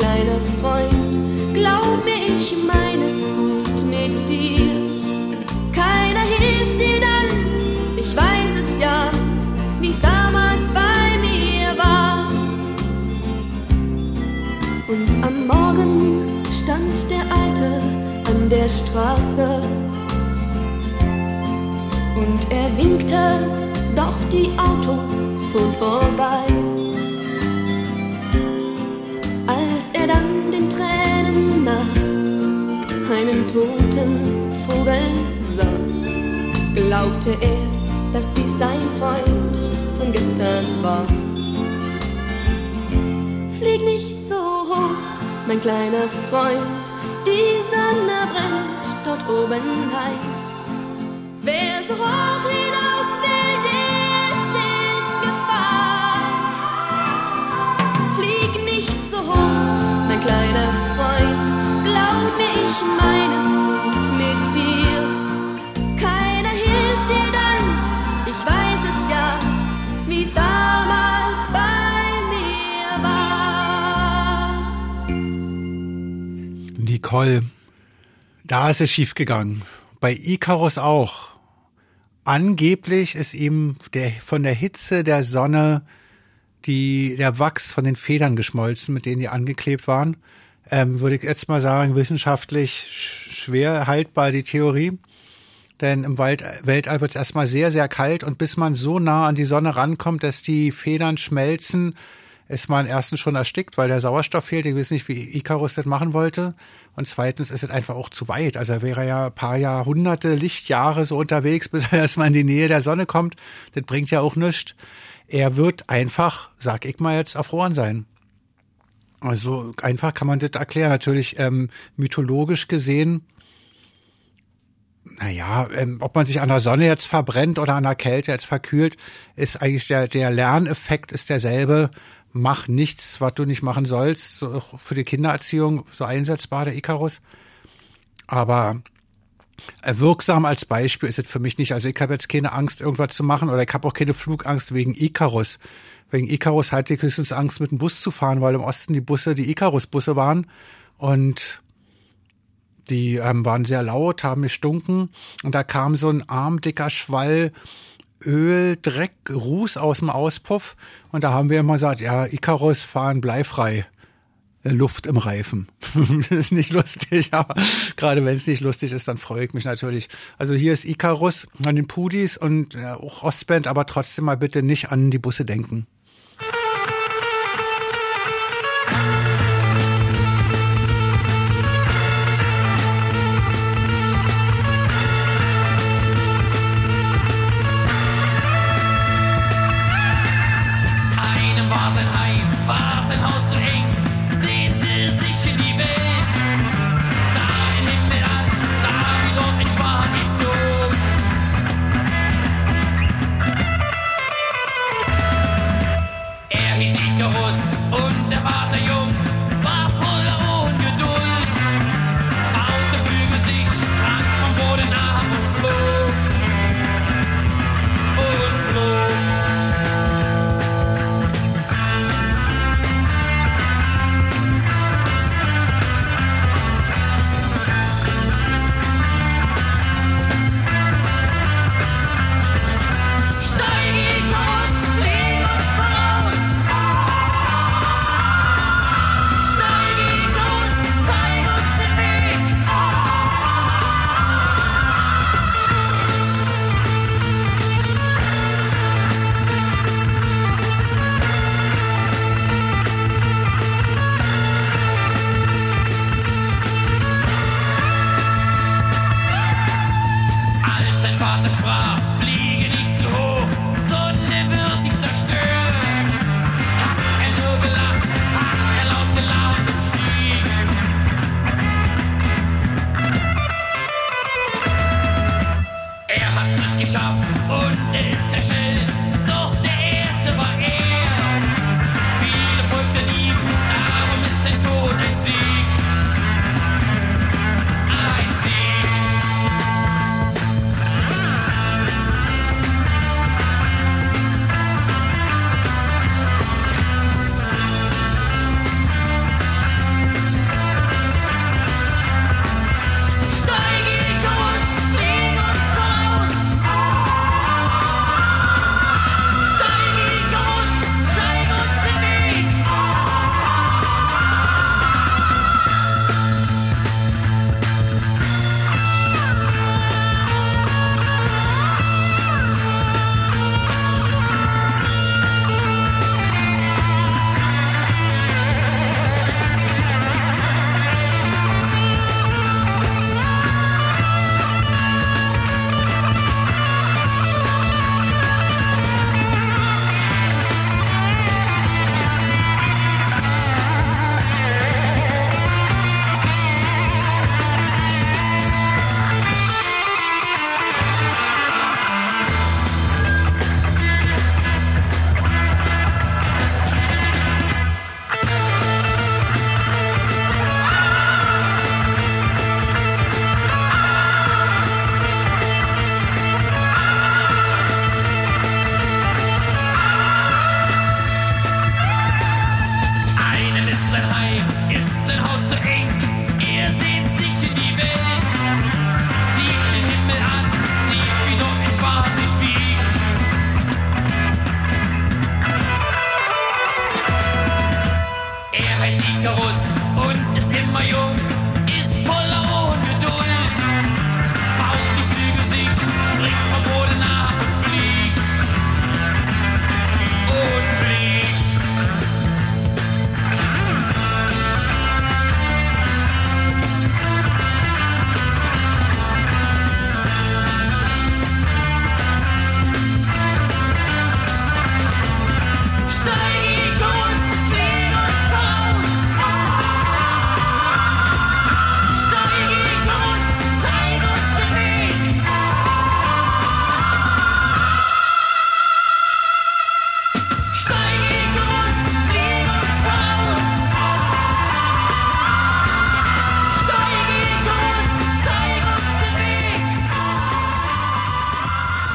der Straße. Und er winkte, doch die Autos fuhren vorbei. Als er dann den Tränen nach einen toten Vogel sah, glaubte er, dass dies sein Freund von gestern war. Flieg nicht so hoch, mein kleiner Freund, die Sonne brennt dort oben heiß. Wer so hoch hinaus will, der ist in Gefahr. Flieg nicht so hoch, mein kleiner Freund, glaub mir, ich meine es gut mit dir. Keiner hilft dir dann, ich weiß es ja, wie es damals bei mir war. Nicole, da ist es schief gegangen. Bei Ikarus auch. Angeblich ist ihm der, von der Hitze der Sonne die, der Wachs von den Federn geschmolzen, mit denen die angeklebt waren. Ähm, würde ich jetzt mal sagen, wissenschaftlich schwer haltbar, die Theorie. Denn im Wald, Weltall wird es erstmal sehr, sehr kalt und bis man so nah an die Sonne rankommt, dass die Federn schmelzen, ist man erstens schon erstickt, weil der Sauerstoff fehlt. Ich weiß nicht, wie Ikarus das machen wollte. Und zweitens ist es einfach auch zu weit. Also er wäre ja ein paar Jahrhunderte, Lichtjahre so unterwegs, bis er erstmal in die Nähe der Sonne kommt. Das bringt ja auch nichts. Er wird einfach, sag ich mal jetzt, erfroren sein. Also einfach kann man das erklären. Natürlich ähm, mythologisch gesehen, naja, ähm, ob man sich an der Sonne jetzt verbrennt oder an der Kälte jetzt verkühlt, ist eigentlich der, der Lerneffekt ist derselbe. Mach nichts, was du nicht machen sollst. So für die Kindererziehung so einsetzbar, der Ikarus. Aber wirksam als Beispiel ist es für mich nicht. Also ich habe jetzt keine Angst, irgendwas zu machen, oder ich habe auch keine Flugangst wegen Ikarus. Wegen Ikarus hatte ich höchstens Angst, mit dem Bus zu fahren, weil im Osten die Busse die Ikarus-Busse waren. Und die ähm, waren sehr laut, haben gestunken. Und da kam so ein armdicker Schwall Öl, Dreck, Ruß aus dem Auspuff. Und da haben wir immer gesagt, ja, Ikarus fahren bleifrei. Luft im Reifen. Das ist nicht lustig, aber gerade wenn es nicht lustig ist, dann freue ich mich natürlich. Also hier ist Ikarus an den Pudis und ja, auch Ostband, aber trotzdem mal bitte nicht an die Busse denken. Steig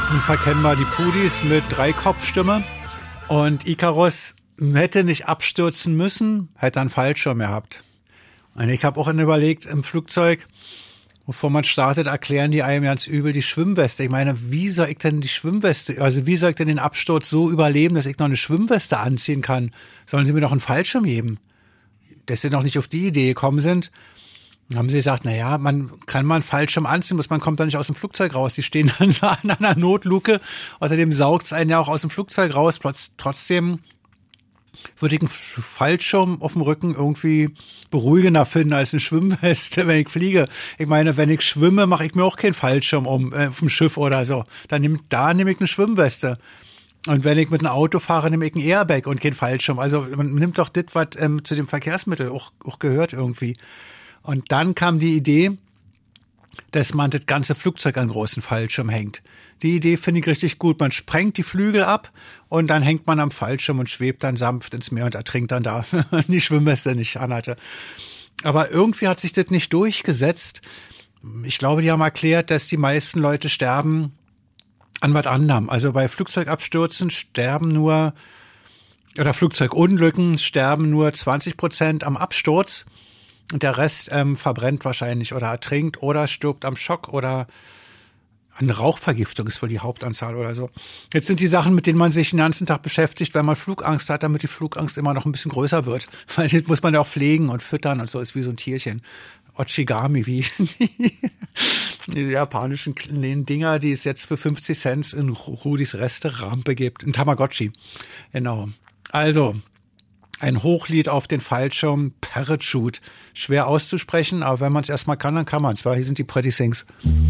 Unverkennbar die Pudis mit Dreikopfstimme. Und Icarus hätte nicht abstürzen müssen, hätte einen Fallschirm gehabt. Und ich habe auch überlegt, im Flugzeug, bevor man startet, erklären die einem ganz übel die Schwimmweste. Ich meine, wie soll ich denn die Schwimmweste, also wie soll ich denn den Absturz so überleben, dass ich noch eine Schwimmweste anziehen kann? Sollen sie mir doch einen Fallschirm geben? Dass sie noch nicht auf die Idee gekommen sind. Dann haben sie gesagt, na ja, man kann mal einen Fallschirm anziehen, muss man kommt da nicht aus dem Flugzeug raus. Die stehen dann so an einer Notluke. Außerdem saugt es einen ja auch aus dem Flugzeug raus. Trotzdem würde ich einen Fallschirm auf dem Rücken irgendwie beruhigender finden als eine Schwimmweste, wenn ich fliege. Ich meine, wenn ich schwimme, mache ich mir auch keinen Fallschirm um äh, auf dem Schiff oder so. Dann nehm, da nehme ich eine Schwimmweste. Und wenn ich mit einem Auto fahre, nehme ich einen Airbag und keinen Fallschirm. Also man nimmt doch das, was ähm, zu dem Verkehrsmittel auch, auch gehört irgendwie. Und dann kam die Idee, dass man das ganze Flugzeug an großen Fallschirm hängt. Die Idee finde ich richtig gut. Man sprengt die Flügel ab und dann hängt man am Fallschirm und schwebt dann sanft ins Meer und ertrinkt dann da. Die Schwimmweste nicht anhatte. Aber irgendwie hat sich das nicht durchgesetzt. Ich glaube, die haben erklärt, dass die meisten Leute sterben an was anderem. Also bei Flugzeugabstürzen sterben nur, oder Flugzeugunglücken sterben nur zwanzig Prozent am Absturz. Und der Rest ähm, verbrennt wahrscheinlich oder ertrinkt oder stirbt am Schock oder an Rauchvergiftung ist wohl die Hauptanzahl oder so. Jetzt sind die Sachen, mit denen man sich den ganzen Tag beschäftigt, weil man Flugangst hat, damit die Flugangst immer noch ein bisschen größer wird. Weil das muss man ja auch pflegen und füttern und so, ist wie so ein Tierchen. Ochigami, wie hießen die? Die japanischen kleinen Dinger, die es jetzt für fünfzig Cent in Rudis Resterampe gibt. Ein Tamagotchi. Genau. Also, ein Hochlied auf den Fallschirm, Parachute. Schwer auszusprechen, aber wenn man es erstmal kann, dann kann man es. Weil hier sind die Pretty Things.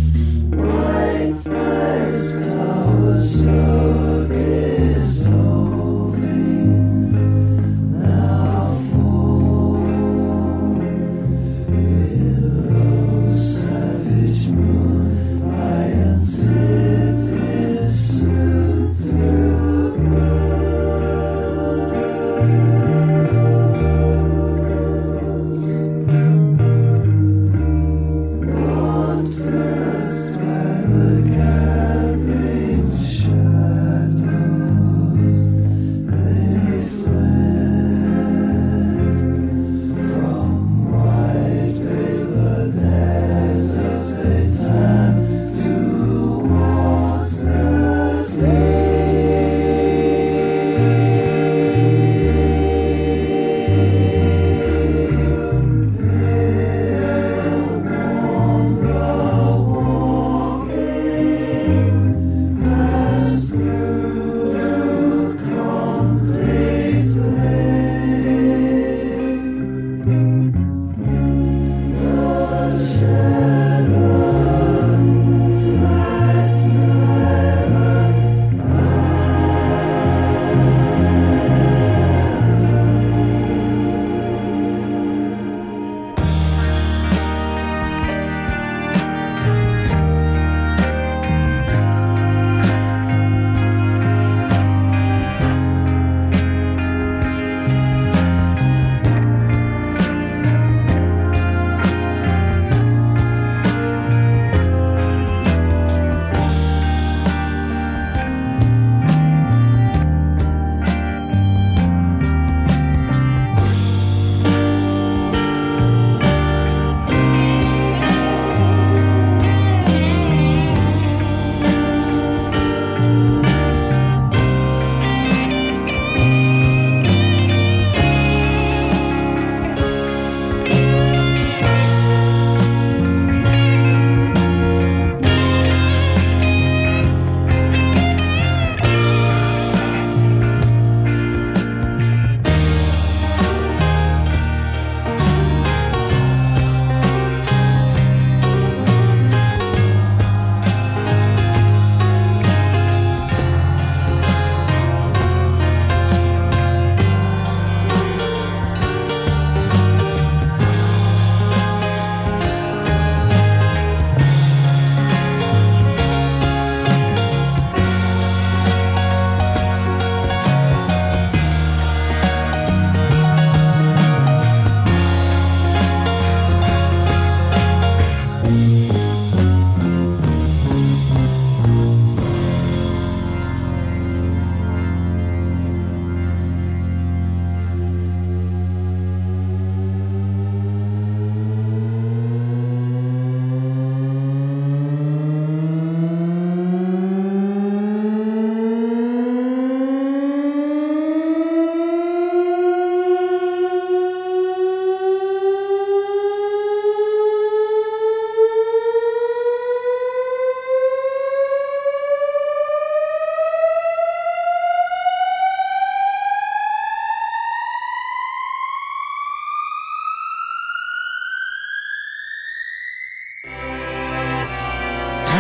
White Rice Towers look is dissolving. Now fall, willow, savage moon, iron cities soon to burn. What first by the gathering shine.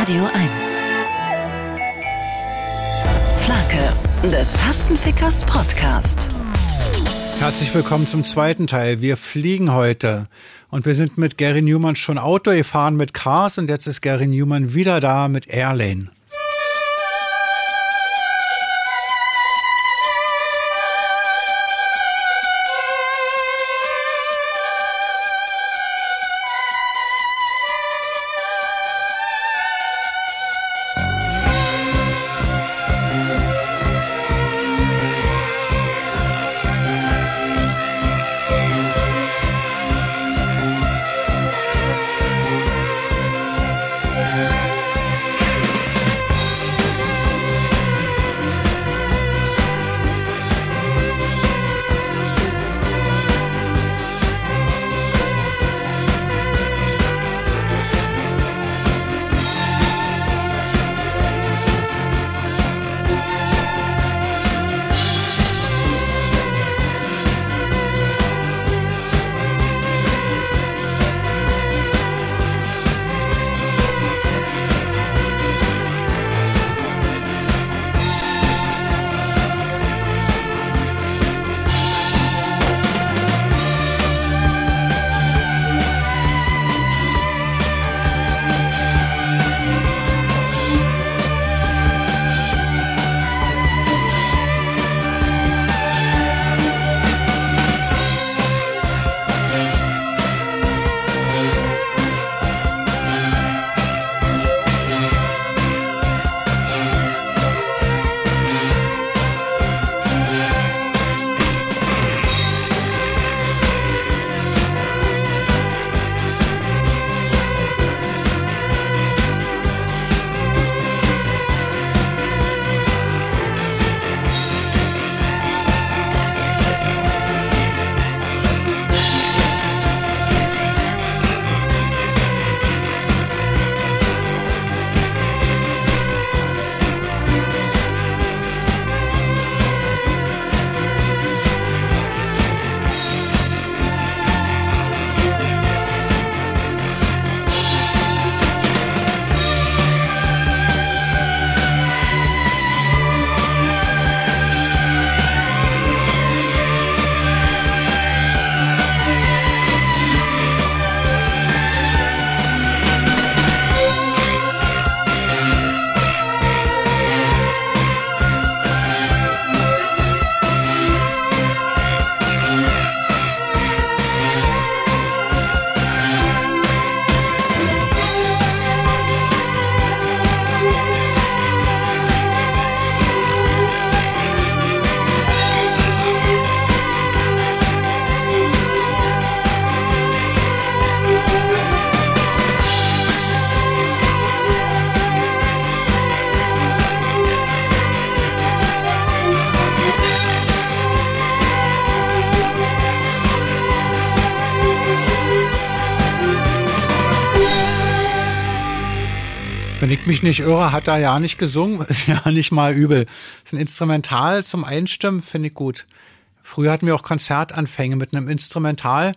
Radio eins. Flake, des Tastenfickers Podcast. Herzlich willkommen zum zweiten Teil. Wir fliegen heute und wir sind mit Gary Numan schon Auto gefahren mit Cars und jetzt ist Gary Numan wieder da mit Airlane. Wenn ich mich nicht irre, hat er ja nicht gesungen, ist ja nicht mal übel. Das ist ein Instrumental zum Einstimmen, finde ich gut. Früher hatten wir auch Konzertanfänge mit einem Instrumental,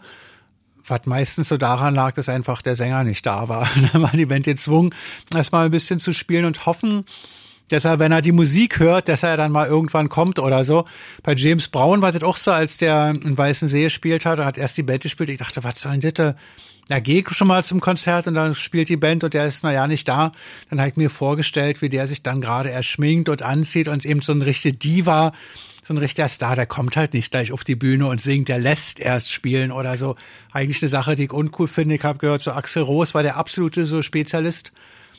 was meistens so daran lag, dass einfach der Sänger nicht da war. Dann war die Band gezwungen, erstmal ein bisschen zu spielen und hoffen, dass er, wenn er die Musik hört, dass er dann mal irgendwann kommt oder so. Bei James Brown war das auch so, als der in Weißensee gespielt hat, er hat erst die Band gespielt. Ich dachte, was soll denn das? Da gehe ich schon mal zum Konzert und dann spielt die Band und der ist na ja nicht da. Dann habe ich mir vorgestellt, wie der sich dann gerade erschminkt und anzieht und eben so ein richtiger Diva, so ein richtiger Star, der kommt halt nicht gleich auf die Bühne und singt, der lässt erst spielen oder so. Eigentlich eine Sache, die ich uncool finde. Ich habe gehört, so Axl Rose war der absolute so Spezialist.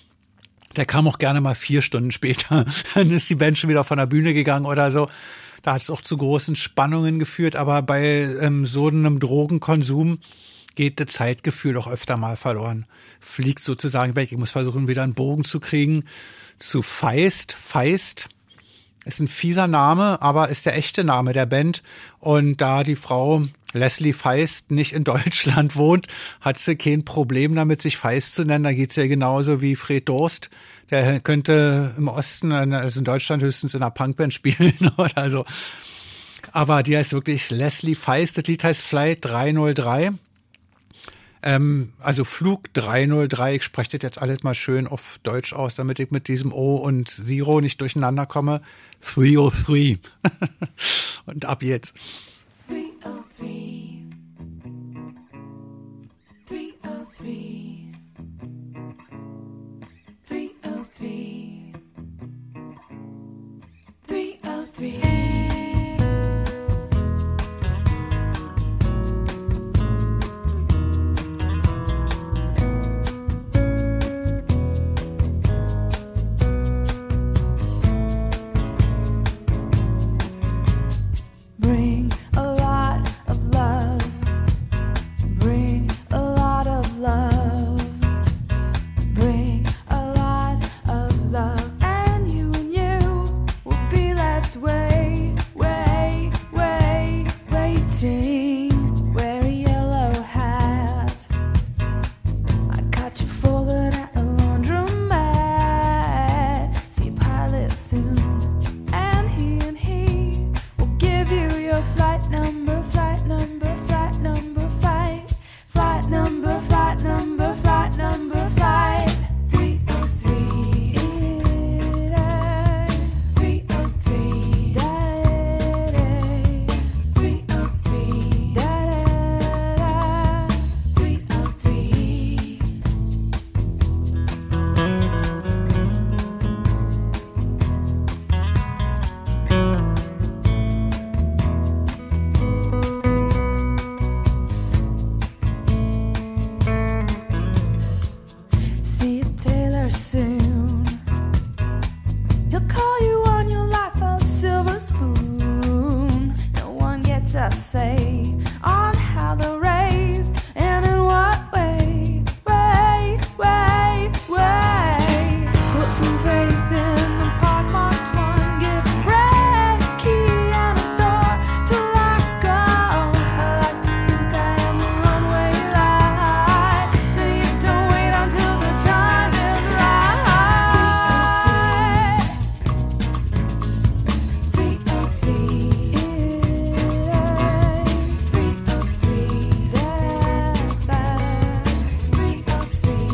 Der kam auch gerne mal vier Stunden später. Dann ist die Band schon wieder von der Bühne gegangen oder so. Da hat es auch zu großen Spannungen geführt. Aber bei ähm, so einem Drogenkonsum geht das Zeitgefühl auch öfter mal verloren. Fliegt sozusagen weg. Ich muss versuchen, wieder einen Bogen zu kriegen zu Feist. Feist ist ein fieser Name, aber ist der echte Name der Band. Und da die Frau Leslie Feist nicht in Deutschland wohnt, hat sie kein Problem damit, sich Feist zu nennen. Da geht's ja genauso wie Fred Durst. Der könnte im Osten, also in Deutschland höchstens in einer Punkband spielen oder so. Aber die heißt wirklich Leslie Feist. Das Lied heißt Flight drei null drei. Ähm, also Flug drei null drei, ich spreche das jetzt alles mal schön auf Deutsch aus, damit ich mit diesem O und Zero nicht durcheinander komme. drei null drei. Und ab jetzt. three oh three. three oh three. three oh three. three oh three. Bring a lot of love. Bring a lot of love. Bring a lot of love. And you and you will be left way, way, way, waiting. Wear a yellow hat. I caught you folded at the laundromat. See a pilot soon. And he and he will give you your flight number, flight number, flight number, flight, flight number, flight number, flight number, flight. three oh three. three oh three. three oh three. three oh three. See a tailor soon. He'll call you on your life of silver spoon. No one gets a say on how they're raised and in what way, way, way, way. Put some faith in the park marked one. Give a bread, a key, and a door to lock go. I like to think I am the runway light, so you don't wait until the time is right. three oh three. three oh three. three oh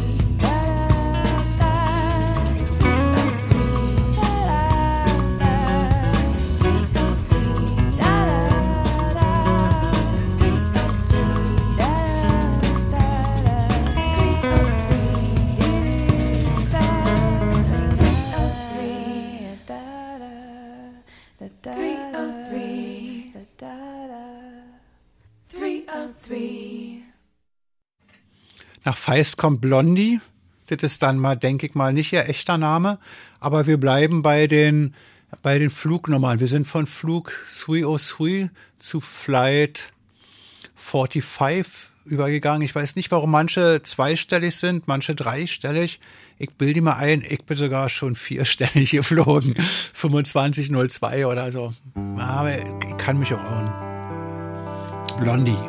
three. Nach Feist kommt Blondie. Das ist dann mal, denke ich mal, nicht ihr echter Name. Aber wir bleiben bei den, bei den Flugnummern. Wir sind von Flug drei null drei zu Flight fünfundvierzig übergegangen. Ich weiß nicht, warum manche zweistellig sind, manche dreistellig. Ich bilde mir ein, ich bin sogar schon vierstellig geflogen. fünfundzwanzig null zwei oder so. Aber ich kann mich auch irren. Blondie.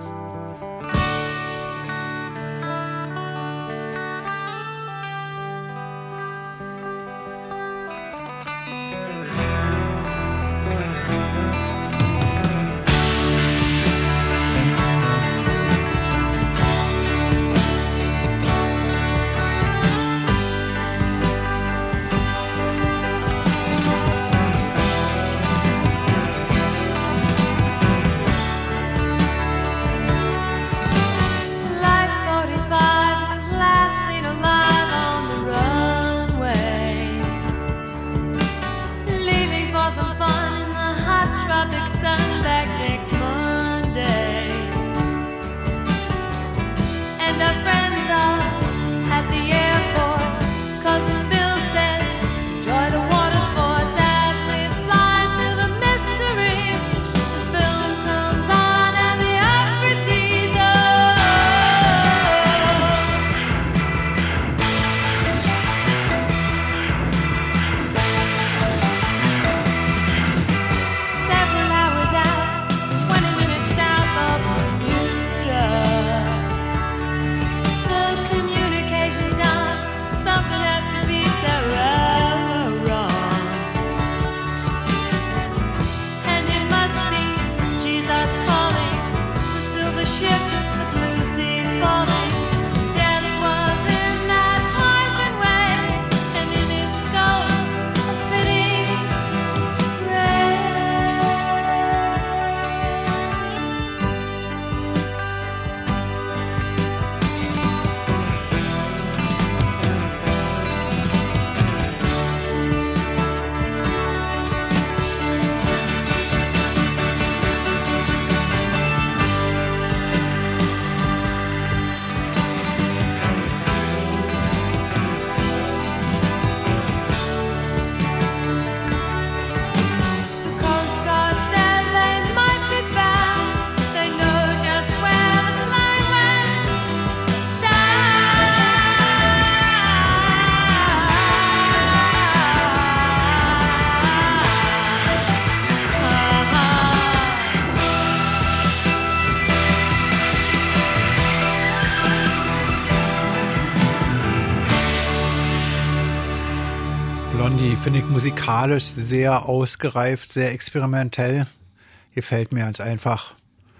Finde ich musikalisch sehr ausgereift, sehr experimentell. Gefällt mir ganz einfach.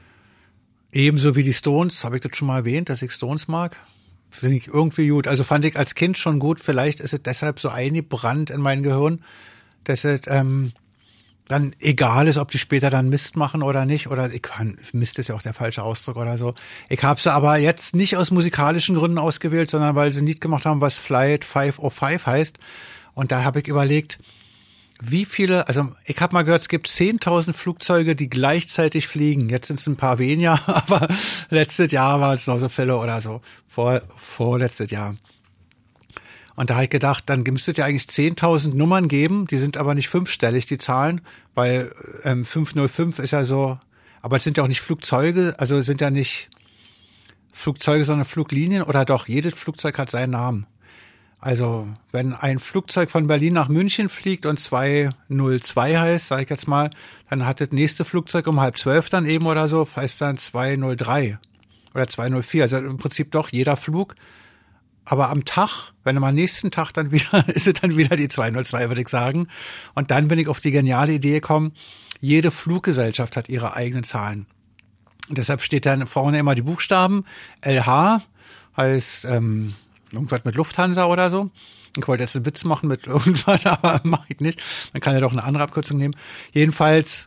Ebenso wie die Stones, habe ich das schon mal erwähnt, dass ich Stones mag? Finde ich irgendwie gut. Also fand ich als Kind schon gut. Vielleicht ist es deshalb so eingebrannt in mein Gehirn, dass es ähm, dann egal ist, ob die später dann Mist machen oder nicht. Oder ich kann, Mist ist ja auch der falsche Ausdruck oder so. Ich habe sie aber jetzt nicht aus musikalischen Gründen ausgewählt, sondern weil sie ein Lied gemacht haben, was Flight fünf null fünf heißt. Und da habe ich überlegt, wie viele, also ich habe mal gehört, es gibt zehntausend Flugzeuge, die gleichzeitig fliegen. Jetzt sind es ein paar weniger, aber letztes Jahr waren es noch so Fälle oder so. Vor, vorletztes Jahr. Und da habe ich gedacht, dann müsste es ja eigentlich zehntausend Nummern geben, die sind aber nicht fünfstellig, die Zahlen, weil ähm, fünf null fünf ist ja so, aber es sind ja auch nicht Flugzeuge, also es sind ja nicht Flugzeuge, sondern Fluglinien, oder doch, jedes Flugzeug hat seinen Namen. Also, wenn ein Flugzeug von Berlin nach München fliegt und zwei null zwei heißt, sage ich jetzt mal, dann hat das nächste Flugzeug um halb zwölf dann eben oder so, heißt dann zwei null drei oder zwei null vier. Also im Prinzip doch jeder Flug. Aber am Tag, wenn am nächsten Tag dann wieder, ist es dann wieder die zwei null zwei, würde ich sagen. Und dann bin ich auf die geniale Idee gekommen, jede Fluggesellschaft hat ihre eigenen Zahlen. Und deshalb steht dann vorne immer die Buchstaben. L H heißt ähm, irgendwas mit Lufthansa oder so. Ich wollte jetzt einen Witz machen mit irgendwas, aber mache ich nicht. Man kann ja doch eine andere Abkürzung nehmen. Jedenfalls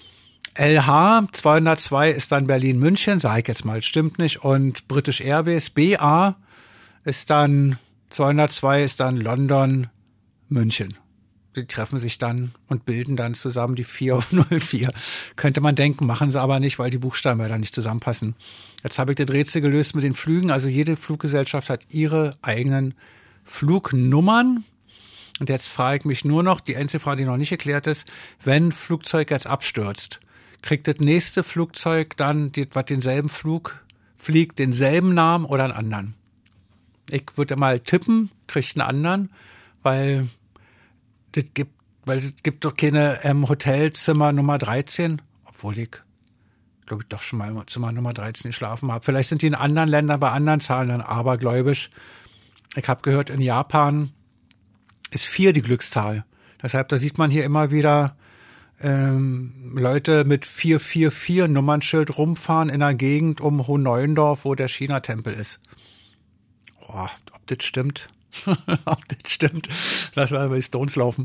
L H zweihundertzwei ist dann Berlin-München, sage ich jetzt mal, stimmt nicht. Und British Airways B A ist dann, zweihundertzwei ist dann London-München. Die treffen sich dann und bilden dann zusammen die vier null vier. Könnte man denken, machen sie aber nicht, weil die Buchstaben ja dann nicht zusammenpassen. Jetzt habe ich das Rätsel gelöst mit den Flügen. Also jede Fluggesellschaft hat ihre eigenen Flugnummern. Und jetzt frage ich mich nur noch, die einzige Frage, die noch nicht geklärt ist, wenn ein Flugzeug jetzt abstürzt, kriegt das nächste Flugzeug dann, was denselben Flug fliegt, denselben Namen oder einen anderen? Ich würde mal tippen, kriegt einen anderen, weil das gibt, weil es gibt doch keine ähm, Hotelzimmer Nummer dreizehn, obwohl ich, glaube ich, doch schon mal im Zimmer Nummer dreizehn geschlafen habe. Vielleicht sind die in anderen Ländern bei anderen Zahlen dann abergläubisch. Ich habe gehört, in Japan ist vier die Glückszahl. Deshalb, da sieht man hier immer wieder ähm, Leute mit vier vier vier Nummernschild rumfahren in der Gegend um Hohneuendorf, wo der China-Tempel ist. Oh, ob das stimmt? Ob das stimmt? Lass mal bei die Stones laufen.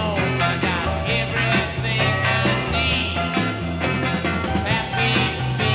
Happy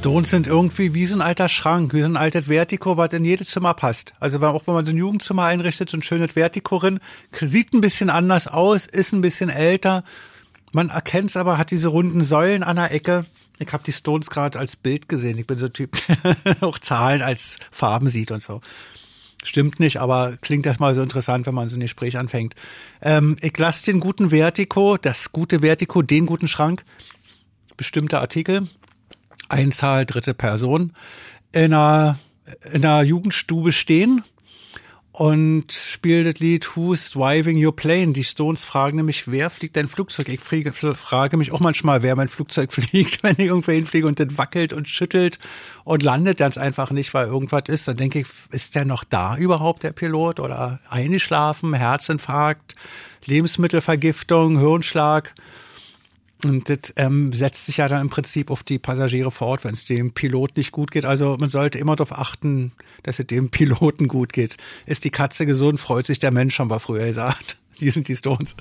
Stones sind irgendwie wie so ein alter Schrank, wie so ein altes Vertigo, was in jedes Zimmer passt. Also auch wenn man so ein Jugendzimmer einrichtet, so ein schönes Vertigo drin, sieht ein bisschen anders aus, ist ein bisschen älter. Man erkennt es aber, hat diese runden Säulen an der Ecke. Ich habe die Stones gerade als Bild gesehen. Ich bin so ein Typ, der auch Zahlen als Farben sieht und so. Stimmt nicht, aber klingt erstmal so interessant, wenn man so ein Gespräch anfängt. Ähm, ich lasse den guten Vertigo, das gute Vertigo, den guten Schrank, bestimmte Artikel, Einzahl, dritte Person, in einer, in einer Jugendstube stehen und spielt das Lied Who's Driving Your Plane? Die Stones fragen nämlich, wer fliegt dein Flugzeug? Ich frage, frage mich auch manchmal, wer mein Flugzeug fliegt, wenn ich irgendwo hinfliege und das wackelt und schüttelt und landet ganz einfach nicht, weil irgendwas ist. Dann denke ich, ist der noch da überhaupt, der Pilot? Oder eingeschlafen, Herzinfarkt, Lebensmittelvergiftung, Hirnschlag? Und das ähm, setzt sich ja dann im Prinzip auf die Passagiere fort, wenn es dem Pilot nicht gut geht. Also man sollte immer darauf achten, dass es dem Piloten gut geht. Ist die Katze gesund, freut sich der Mensch, haben wir früher gesagt. Die sind die Stones.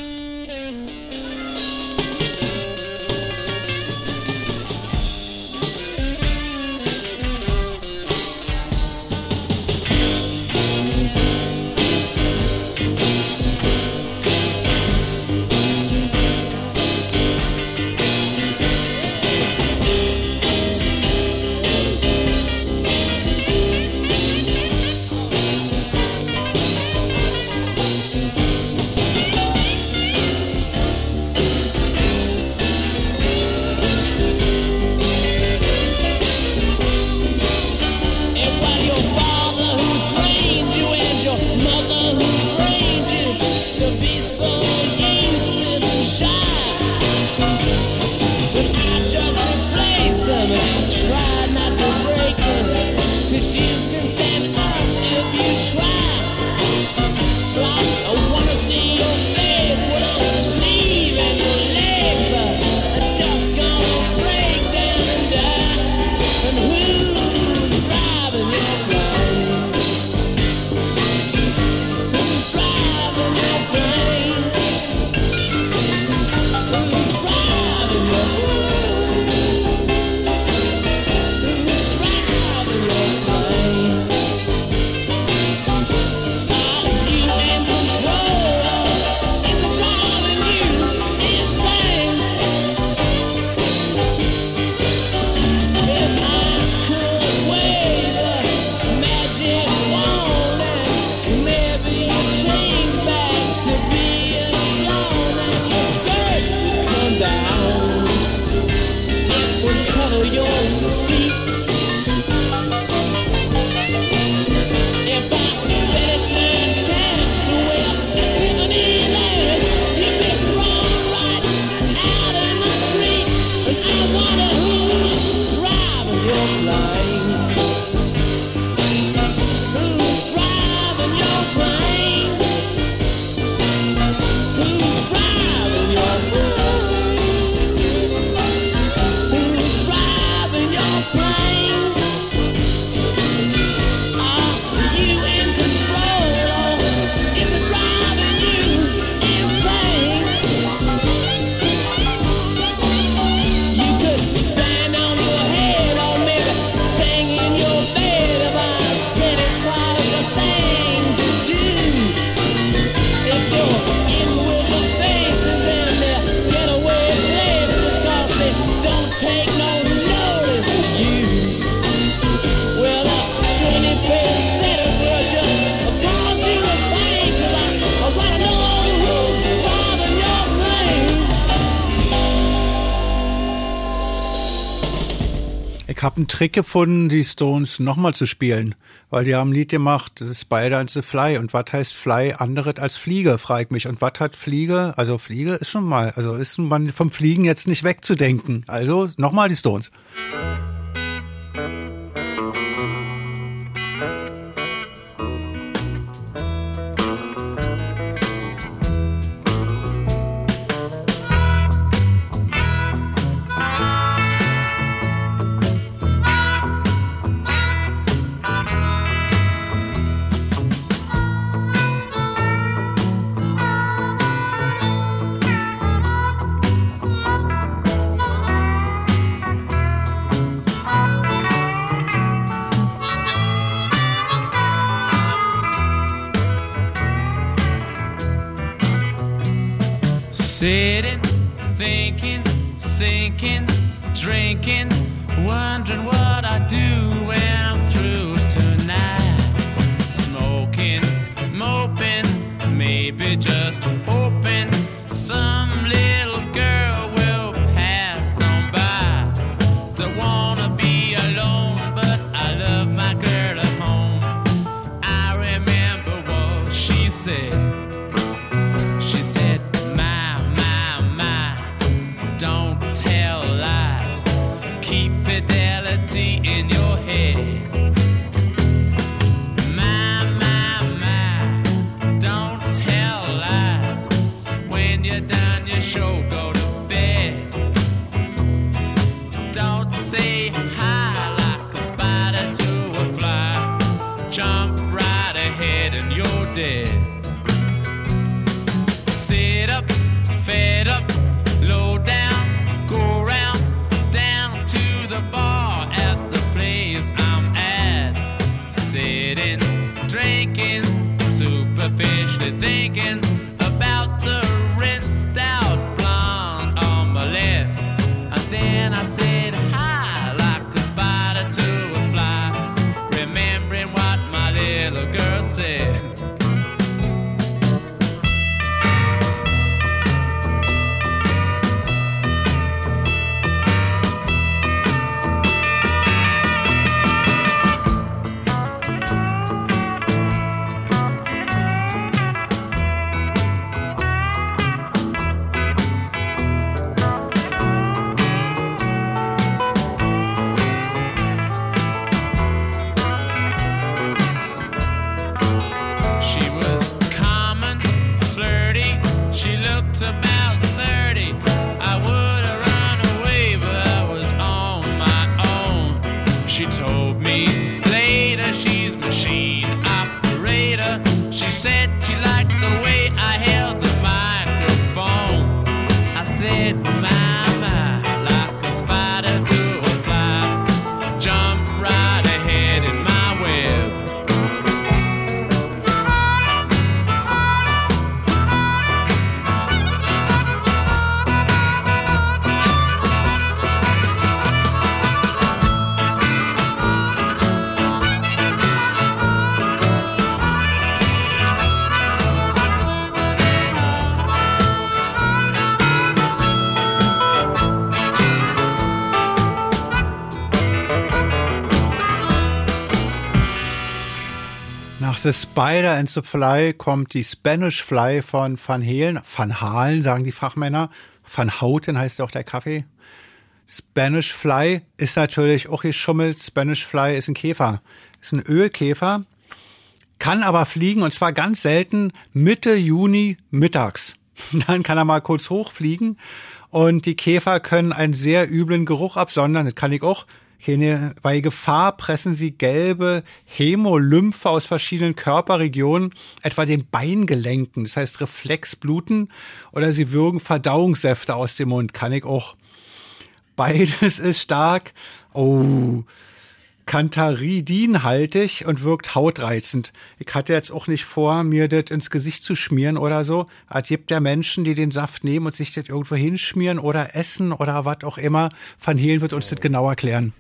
Ich habe einen Trick gefunden, die Stones nochmal zu spielen, weil die haben ein Lied gemacht, das ist Spider and the Fly. Und was heißt Fly anderes als Fliege, frage ich mich. Und was hat Fliege? Also Fliege ist schon mal, also ist man vom Fliegen jetzt nicht wegzudenken. Also nochmal die Stones. Sitting, thinking, sinking, drinking, wondering what I do when I'm through tonight. Smoking, moping, maybe just hoping some little girl will pass on by. Don't wanna be alone, but I love my girl at home. I remember what she said. She said, my, my, my, don't tell lies. Keep fidelity in your head. My, my, my, don't tell lies. When you're done your show, go to bed. Don't say hi like a spider to a fly. Jump right ahead and you're dead. Sit up, fed up, low down, go round, down to the bar at the place I'm at. Sitting, drinking, superficially thinking about the rinsed out blonde on my left. And then I said hi like a spider to a fly, remembering what my little girl said. She was common, flirty, she looked about thirty. I would have run away, but I was on my own. She told me later she's machine operator. She said she liked the way I held the microphone. I said, my, my, like a spider to a fly. Jump right ahead in my web. Nach The Spider and the Fly kommt die Spanish Fly von Van Halen. Van Halen sagen die Fachmänner. Van Houten heißt auch der Kaffee. Spanish Fly ist natürlich auch geschummelt. Spanish Fly ist ein Käfer. Ist ein Ölkäfer. Kann aber fliegen und zwar ganz selten Mitte Juni mittags. Dann kann er mal kurz hochfliegen. Und die Käfer können einen sehr üblen Geruch absondern. Das kann ich auch. Bei Gefahr pressen sie gelbe Hämolymphe aus verschiedenen Körperregionen, etwa den Beingelenken, das heißt Reflexbluten, oder sie würgen Verdauungssäfte aus dem Mund, kann ich auch. Beides ist stark, oh, Cantharidinhaltig und wirkt hautreizend. Ich hatte jetzt auch nicht vor, mir das ins Gesicht zu schmieren oder so. Es gibt ja Menschen, die den Saft nehmen und sich das irgendwo hinschmieren oder essen oder was auch immer. Van Halen wird uns das genau erklären.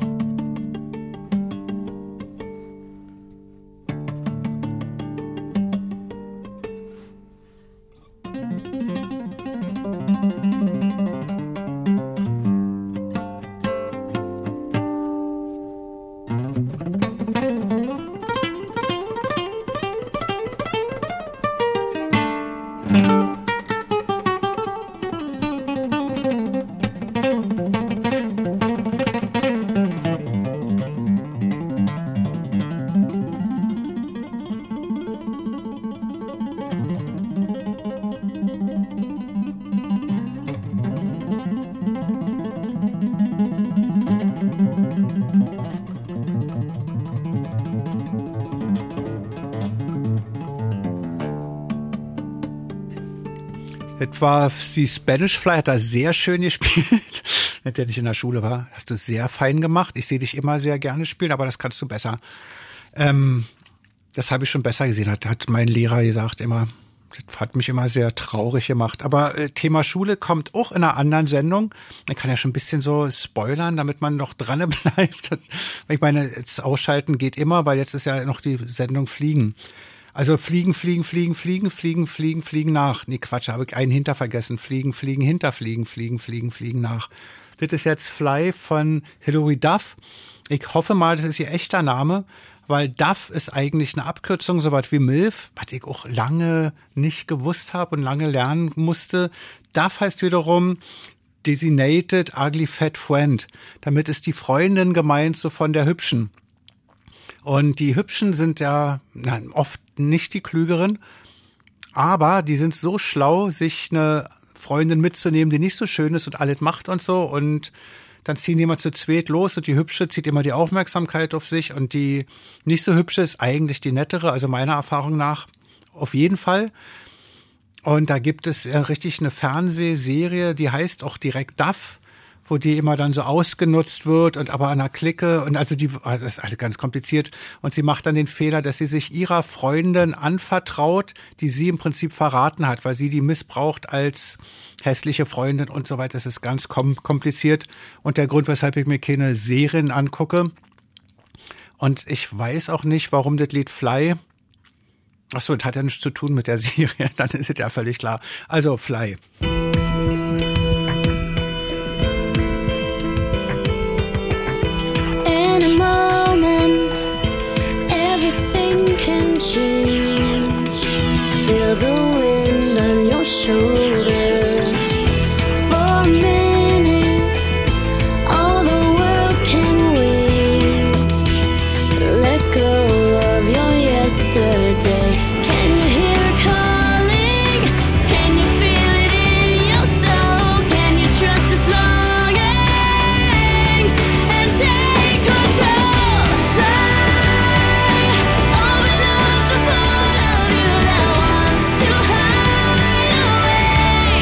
Das war die Spanish Fly, hat da sehr schön gespielt. Wenn der nicht in der Schule war, hast du sehr fein gemacht. Ich sehe dich immer sehr gerne spielen, aber das kannst du besser. Ähm, das habe ich schon besser gesehen, hat, hat mein Lehrer gesagt immer. Das hat mich immer sehr traurig gemacht. Aber äh, Thema Schule kommt auch in einer anderen Sendung. Man kann ja schon ein bisschen so spoilern, damit man noch dran bleibt. Ich meine, das Ausschalten geht immer, weil jetzt ist ja noch die Sendung Fliegen. Also fliegen, fliegen, fliegen, fliegen, fliegen, fliegen, fliegen nach. Nee, Quatsch, habe ich einen hinter vergessen. Fliegen, fliegen, hinterfliegen, fliegen, fliegen, fliegen nach. Das ist jetzt Fly von Hilary Duff. Ich hoffe mal, das ist ihr echter Name, weil Duff ist eigentlich eine Abkürzung, so was wie MILF, was ich auch lange nicht gewusst habe und lange lernen musste. Duff heißt wiederum Designated Ugly Fat Friend. Damit ist die Freundin gemeint, so von der Hübschen. Und die Hübschen sind ja nein, oft nicht die Klügeren, aber die sind so schlau, sich eine Freundin mitzunehmen, die nicht so schön ist und alles macht und so. Und dann ziehen die immer zu zweit los und die Hübsche zieht immer die Aufmerksamkeit auf sich und die nicht so Hübsche ist eigentlich die nettere, also meiner Erfahrung nach auf jeden Fall. Und da gibt es ja richtig eine Fernsehserie, die heißt auch direkt Duff, wo die immer dann so ausgenutzt wird und aber an einer Clique und also die, also das ist alles ganz kompliziert und sie macht dann den Fehler, dass sie sich ihrer Freundin anvertraut, die sie im Prinzip verraten hat, weil sie die missbraucht als hässliche Freundin und so weiter. Das ist ganz kom- kompliziert und der Grund, weshalb ich mir keine Serien angucke und ich weiß auch nicht, warum das Lied Fly, achso, das hat ja nichts zu tun mit der Serie, dann ist es ja völlig klar. Also Fly. In a moment, everything can change. Feel the wind on your shoulder. For a minute, all the world can wait. Let go of your yesterday. Can you hear it calling? Can you feel it in your soul? Can you trust this longing? And take control. Fly, open up the part of you that wants to hide away.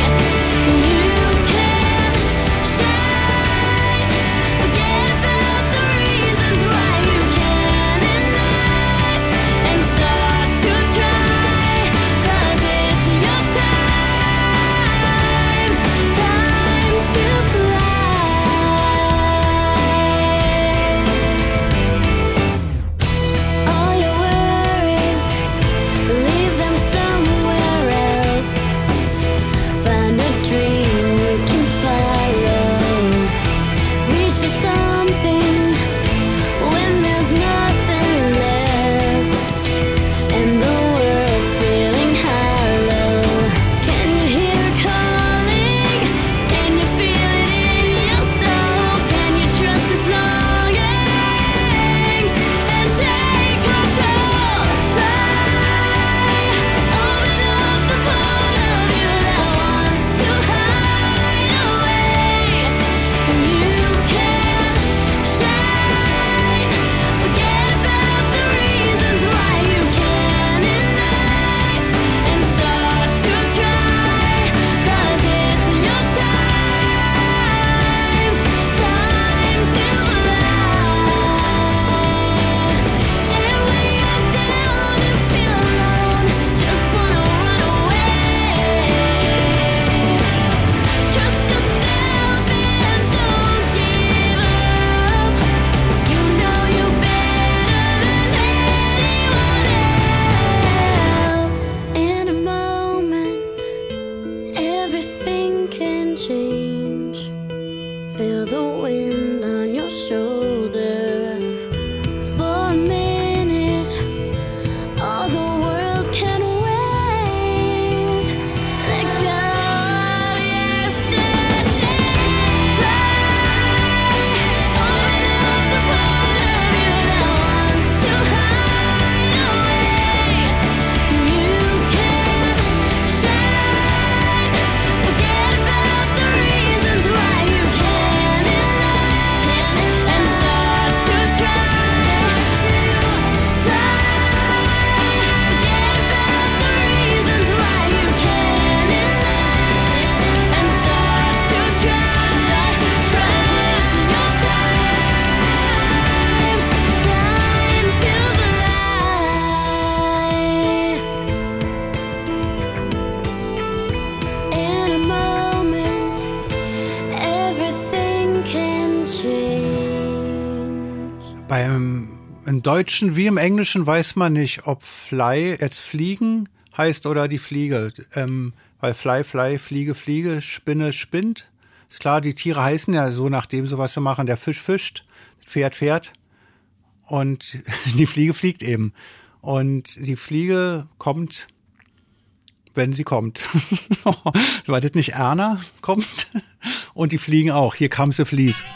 Beim im Deutschen wie im Englischen weiß man nicht, ob Fly jetzt fliegen heißt oder die Fliege. Ähm, weil Fly, Fly, Fliege, Fliege, Spinne, spinnt. Ist klar, die Tiere heißen ja so, nachdem sie was sie machen. Der Fisch fischt, das Pferd fährt und die Fliege fliegt eben. Und die Fliege kommt, wenn sie kommt. Weil das nicht Erna kommt. Und die fliegen auch. Hier comes the fleas.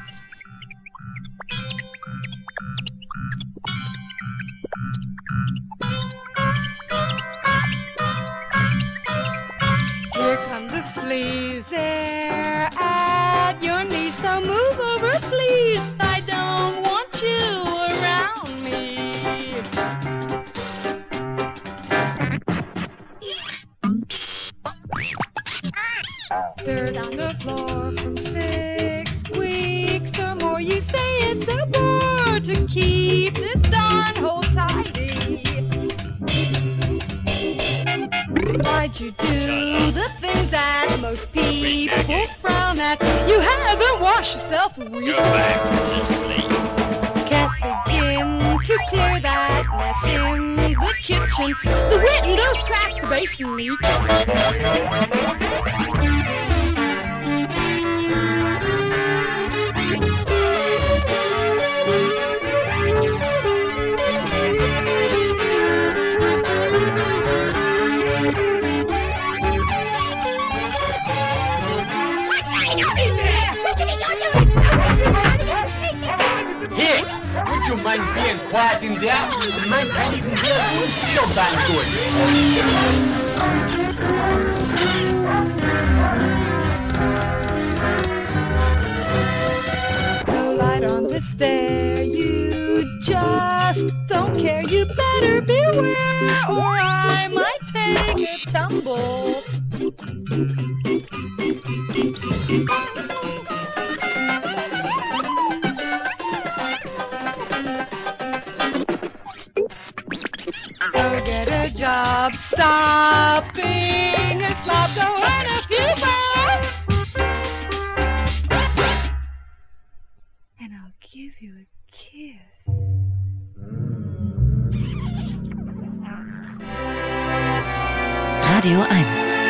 Here come the fleas, they're at your knees, so move over please, I don't want you around me. Dirt on the floor from six weeks or more, you say it's a bore to keep this darn hole tidy. Why'd you do the things that most people frown at? You haven't washed yourself a week. Go back to sleep. Can't begin to clear that mess in the kitchen. The windows cracked, the basin leaks. Here, would you mind being quiet in there? The man can't even hear a good steel band good. No light on the stair, you just don't care. You better beware, or I might take a tumble. Go get a job, stop being a slob, go earn a few bucks, and I'll give you a kiss. Radio eins.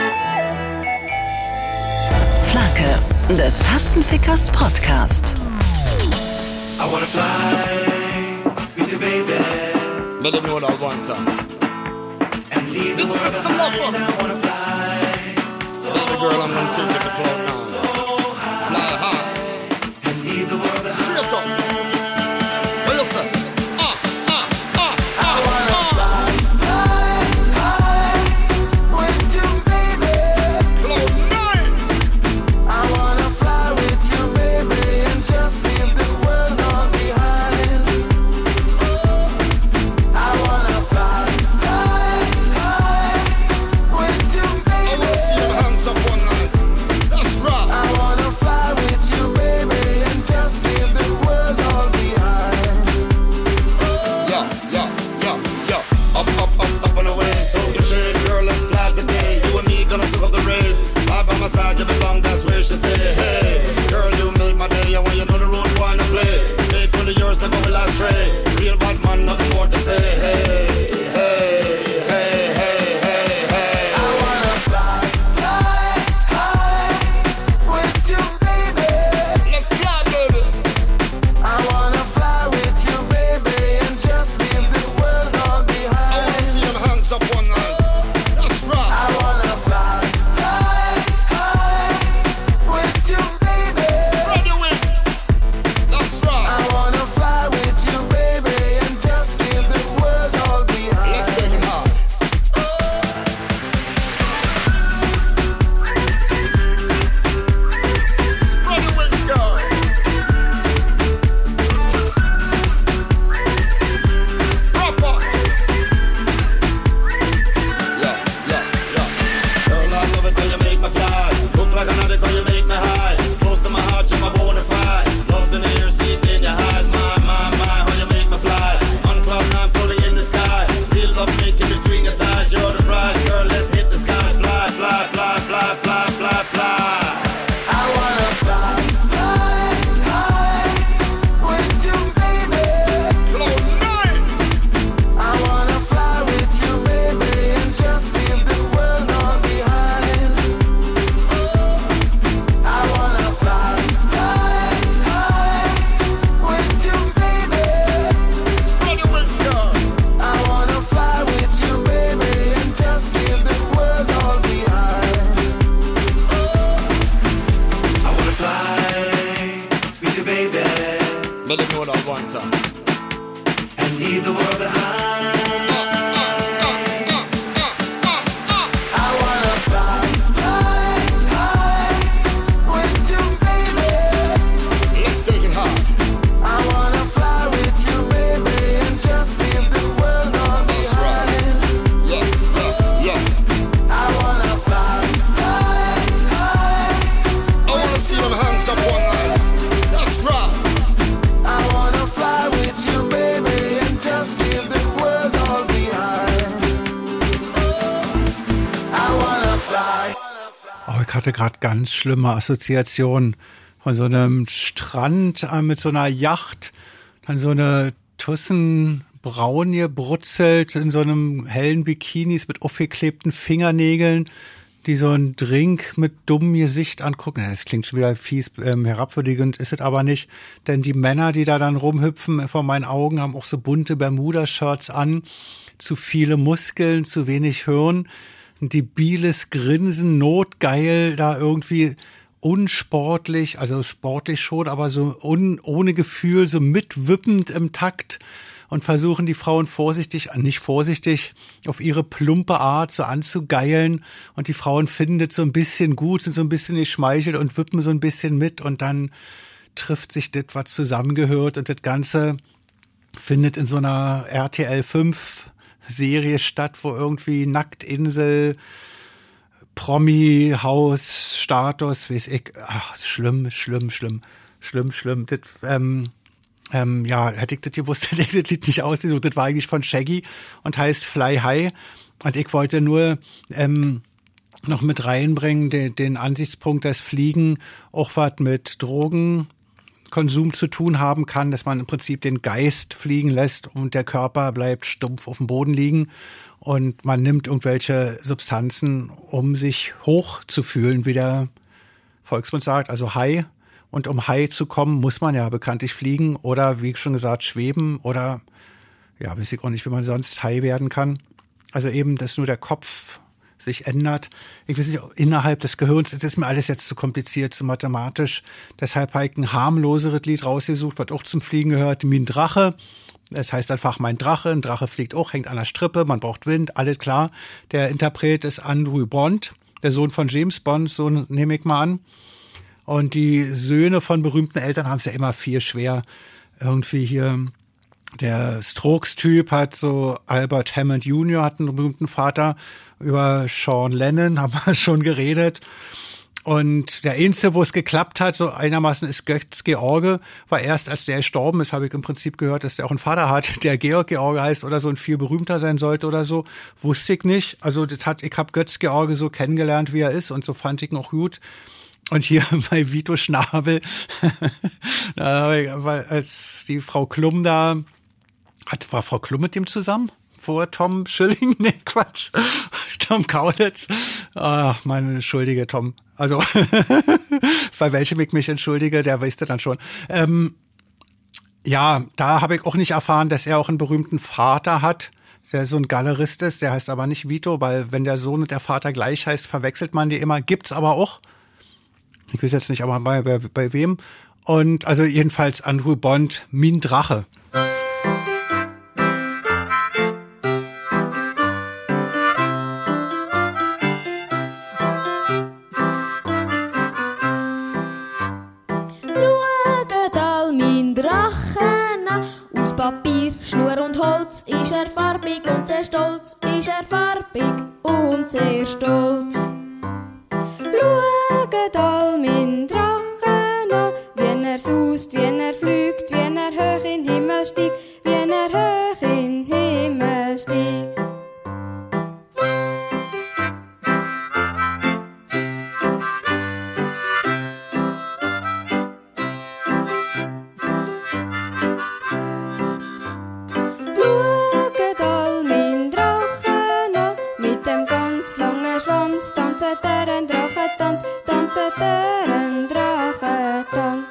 Flake, des Tastenfickers Podcast. I wanna fly with you, baby. Let them know that one time. And leave the world behind. I wanna fly so high. Girl, I'm gonna take it to cloud now. So high. Fly high. And leave the world behind. Straight up. What you say? Ah, ah, ah, ah. I wanna fly high, high with you, baby. Cloud nine. I wanna fly with you, baby, and just leave this world all behind. I wanna fly high, high with you, Oh, ich hatte gerade ganz schlimme Assoziationen von so einem Strand äh, mit so einer Yacht, dann so eine Tussen braun gebrutzelt in so einem hellen Bikinis mit aufgeklebten Fingernägeln, die so einen Drink mit dummem Gesicht angucken. Das klingt schon wieder fies, ähm, herabwürdigend, ist es aber nicht. Denn die Männer, die da dann rumhüpfen vor meinen Augen, haben auch so bunte Bermuda-Shirts an, zu viele Muskeln, zu wenig Hirn, ein debiles Grinsen, notgeil, da irgendwie unsportlich, also sportlich schon, aber so un, ohne Gefühl, so mitwippend im Takt und versuchen die Frauen vorsichtig, nicht vorsichtig, auf ihre plumpe Art so anzugeilen und die Frauen finden das so ein bisschen gut, sind so ein bisschen geschmeichelt und wippen so ein bisschen mit und dann trifft sich das, was zusammengehört und das Ganze findet in so einer R T L fünf Serie statt, wo irgendwie Nacktinsel, Promi-Haus, Status, weiß ich, ach, schlimm, schlimm, schlimm, schlimm, schlimm, das, ähm, Ähm, ja, hätte ich das gewusst, hätte ich das Lied nicht ausgesucht. Das war eigentlich von Shaggy und heißt Fly High. Und ich wollte nur ähm, noch mit reinbringen, den, den Ansichtspunkt, dass Fliegen auch was mit Drogenkonsum zu tun haben kann, dass man im Prinzip den Geist fliegen lässt und der Körper bleibt stumpf auf dem Boden liegen. Und man nimmt irgendwelche Substanzen, um sich hoch zu fühlen, wie der Volksmund sagt, also high. Und um high zu kommen, muss man ja bekanntlich fliegen oder, wie schon gesagt, schweben oder, ja, weiß ich auch nicht, wie man sonst high werden kann. Also eben, dass nur der Kopf sich ändert. Ich weiß nicht, innerhalb des Gehirns, das ist mir alles jetzt zu kompliziert, zu mathematisch. Deshalb habe ich ein harmloseres Lied rausgesucht, was auch zum Fliegen gehört, wie ein Drache. Das heißt einfach mein Drache. Ein Drache fliegt auch, hängt an der Strippe, man braucht Wind, alles klar. Der Interpret ist Andrew Bond, der Sohn von James Bond, so nehme ich mal an. Und die Söhne von berühmten Eltern haben es ja immer viel schwer. Irgendwie hier, der Strokes-Typ hat so, Albert Hammond Junior hat einen berühmten Vater, über Sean Lennon haben wir schon geredet. Und der Einzige, wo es geklappt hat, so einigermaßen, ist Götz George, war erst, als der gestorben ist, habe ich im Prinzip gehört, dass der auch einen Vater hat, der Georg George heißt oder so und viel berühmter sein sollte oder so. Wusste ich nicht. Also das hat, ich habe Götz George so kennengelernt, wie er ist und so fand ich ihn auch gut. Und hier bei Vito Schnabel, als die Frau Klum da, hat, war Frau Klum mit dem zusammen? Vor Tom Schilling? Nee, Quatsch. Tom Kaulitz. Ach, meine Entschuldige, Tom. Also, bei welchem ich mich entschuldige, der weiß das dann schon. Ähm, ja, da habe ich auch nicht erfahren, dass er auch einen berühmten Vater hat, der so ein Galerist ist. Der heißt aber nicht Vito, weil wenn der Sohn und der Vater gleich heißt, verwechselt man die immer. Gibt's aber auch. Ich weiß jetzt nicht, aber bei, bei, bei wem. Und also jedenfalls Andrew Bond, Min Drache. Schaut all mein Drachen an. Aus Papier, Schnur und Holz ist er farbig und sehr stolz. Ist er farbig und sehr stolz. Schaut all mein Drachen an, wie er saust, wie er fliegt, wie er hoch in den Himmel steigt, wie er hoch in den Himmel steigt. Schaut all mein Drachen an, mit dem ganz langen Schwanz tanzt er ein Drachentanz, tanzt er ein Drachentanz.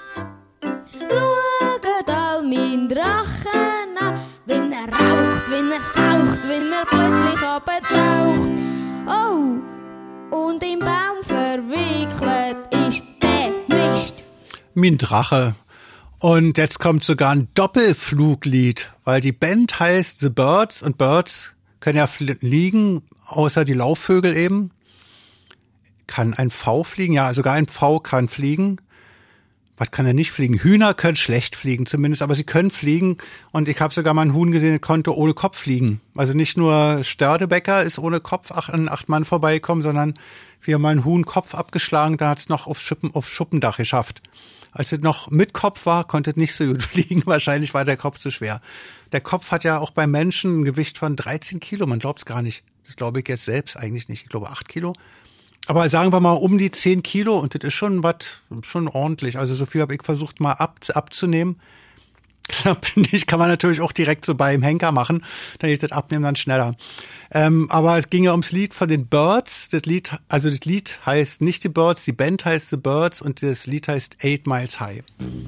Schaut all mein Drachen an, wenn er raucht, wenn er faucht, wenn er plötzlich abtaucht. Oh, und im Baum verwickelt ist der Mist. Min Drache. Und jetzt kommt sogar ein Doppelfluglied, weil die Band heißt The Birds und Birds können ja fliegen, außer die Laufvögel eben. Kann ein V fliegen? Ja, sogar ein V kann fliegen. Was kann er nicht fliegen? Hühner können schlecht fliegen zumindest, aber sie können fliegen. Und ich habe sogar mal ein Huhn gesehen, das konnte ohne Kopf fliegen. Also nicht nur Stördebecker ist ohne Kopf an acht Mann vorbeigekommen, sondern wir haben mal ein Huhn Kopf abgeschlagen, dann hat es noch auf, Schuppen, auf Schuppendach geschafft. Als es noch mit Kopf war, konnte es nicht so gut fliegen. Wahrscheinlich war der Kopf zu schwer. Der Kopf hat ja auch beim Menschen ein Gewicht von dreizehn Kilo. Man glaubt es gar nicht. Das glaube ich jetzt selbst eigentlich nicht. Ich glaube acht Kilo. Aber sagen wir mal um die zehn Kilo und das ist schon was, schon ordentlich. Also so viel habe ich versucht mal ab, abzunehmen. Klappt nicht, kann man natürlich auch direkt so beim Henker machen, dann ist das Abnehmen dann schneller. Ähm, aber es ging ja ums Lied von den Birds. Das Lied, also das Lied heißt nicht die Birds, die Band heißt The Birds und das Lied heißt Eight Miles High.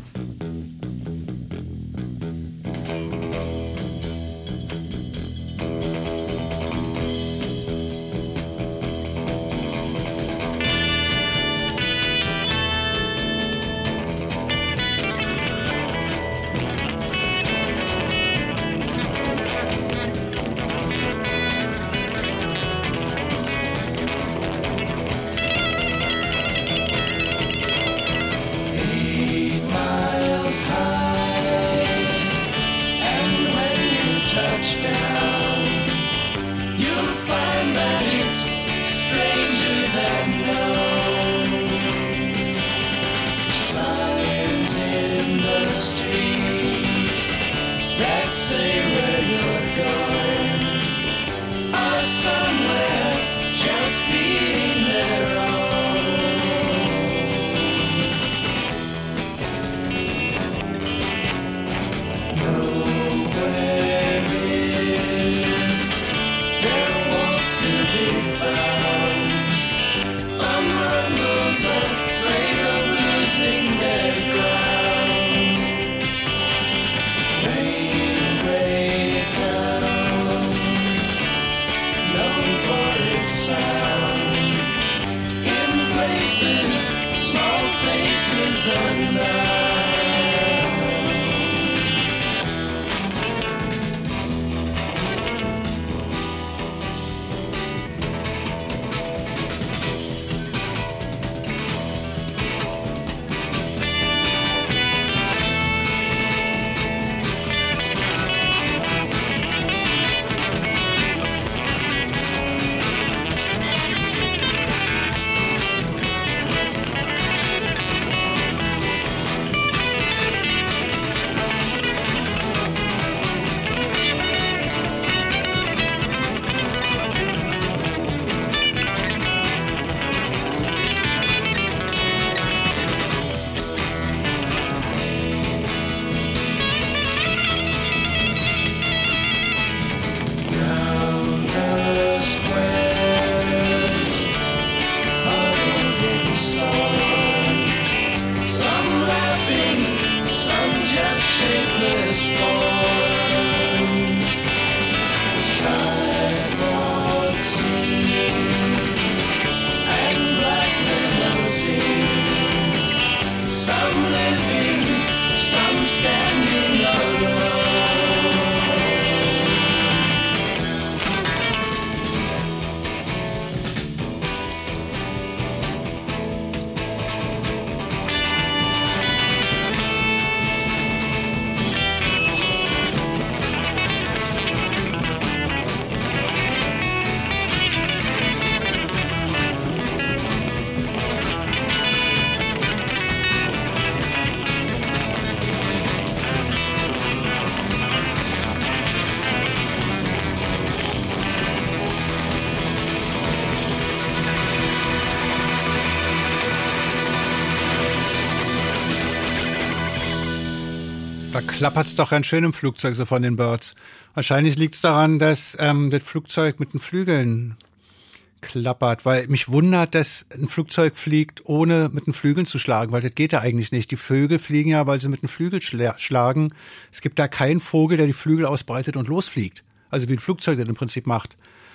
Da klappert's doch ganz schön im Flugzeug so von den Birds. Wahrscheinlich liegt's daran, dass ähm, das Flugzeug mit den Flügeln klappert, weil mich wundert, dass ein Flugzeug fliegt, ohne mit den Flügeln zu schlagen, weil das geht ja eigentlich nicht. Die Vögel fliegen ja, weil sie mit den Flügeln schla- schlagen. Es gibt da keinen Vogel, der die Flügel ausbreitet und losfliegt. Also wie ein Flugzeug das im Prinzip macht.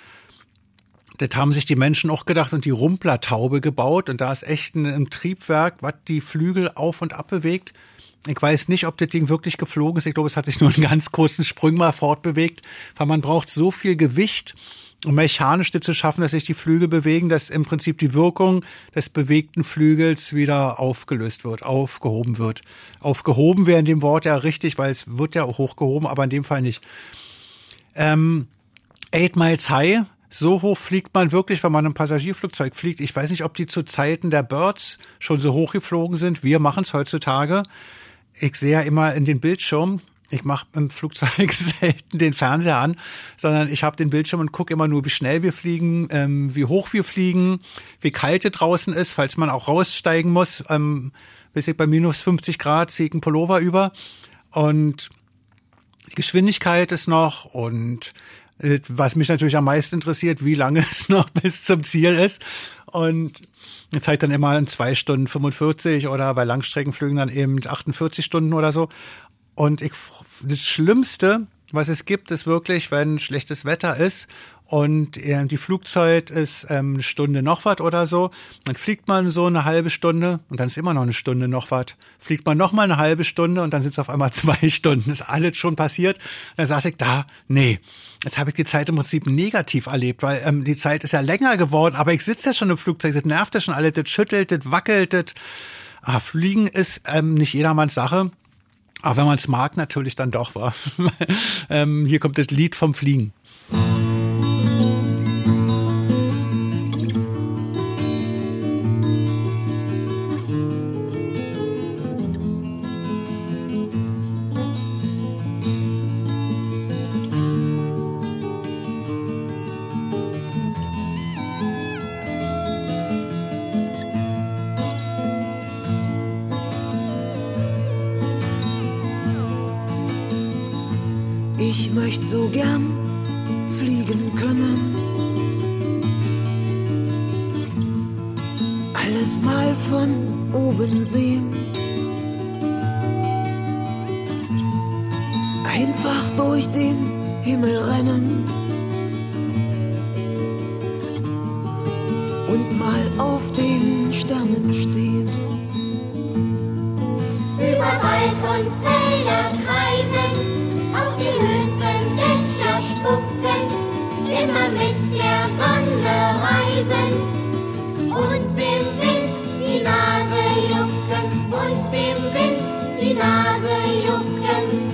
Das haben sich die Menschen auch gedacht und die Rumplertaube gebaut und da ist echt ein, ein Triebwerk, was die Flügel auf und ab bewegt. Ich weiß nicht, ob das Ding wirklich geflogen ist. Ich glaube, es hat sich nur einen ganz kurzen Sprung mal fortbewegt, weil man braucht so viel Gewicht, um mechanisch das zu schaffen, dass sich die Flügel bewegen, dass im Prinzip die Wirkung des bewegten Flügels wieder aufgelöst wird, aufgehoben wird. Aufgehoben wäre in dem Wort ja richtig, weil es wird ja auch hochgehoben, aber in dem Fall nicht. Ähm, Eight Miles High, so hoch fliegt man wirklich, wenn man ein Passagierflugzeug fliegt. Ich weiß nicht, ob die zu Zeiten der Birds schon so hoch geflogen sind. Wir machen es heutzutage. Ich sehe ja immer in den Bildschirm, ich mache im Flugzeug selten den Fernseher an, sondern ich habe den Bildschirm und gucke immer nur, wie schnell wir fliegen, ähm, wie hoch wir fliegen, wie kalt es draußen ist, falls man auch raussteigen muss. Ähm, bis ich bei minus fünfzig Grad ziehe ich einen Pullover über. Und die Geschwindigkeit ist noch und äh, was mich natürlich am meisten interessiert, wie lange es noch bis zum Ziel ist. Und ich zeige dann immer in zwei Stunden fünfundvierzig oder bei Langstreckenflügen dann eben achtundvierzig Stunden oder so. Und ich, das Schlimmste, was es gibt, ist wirklich, wenn schlechtes Wetter ist und äh, die Flugzeit ist ähm, eine Stunde noch was oder so, dann fliegt man so eine halbe Stunde und dann ist immer noch eine Stunde noch was. Fliegt man noch mal eine halbe Stunde und dann sind es auf einmal zwei Stunden. Ist alles schon passiert. Und dann saß ich da, nee, jetzt habe ich die Zeit im Prinzip negativ erlebt, weil ähm, die Zeit ist ja länger geworden, aber ich sitze ja schon im Flugzeug, das nervt ja schon alles, das schüttelt, das wackelt, das. Ah, Fliegen ist ähm, nicht jedermanns Sache. Aber wenn man es mag, natürlich dann doch, war. ähm, hier kommt das Lied vom Fliegen. Ich möchte so gern fliegen können, alles mal von oben sehen, einfach durch den Himmel rennen und mal auf den Sternen stehen. Über Wald und Felder kreisen, auf die höchsten Dächer spucken, immer mit der Sonne reisen und dem Wind die Nase jucken, und dem Wind die Nase jucken.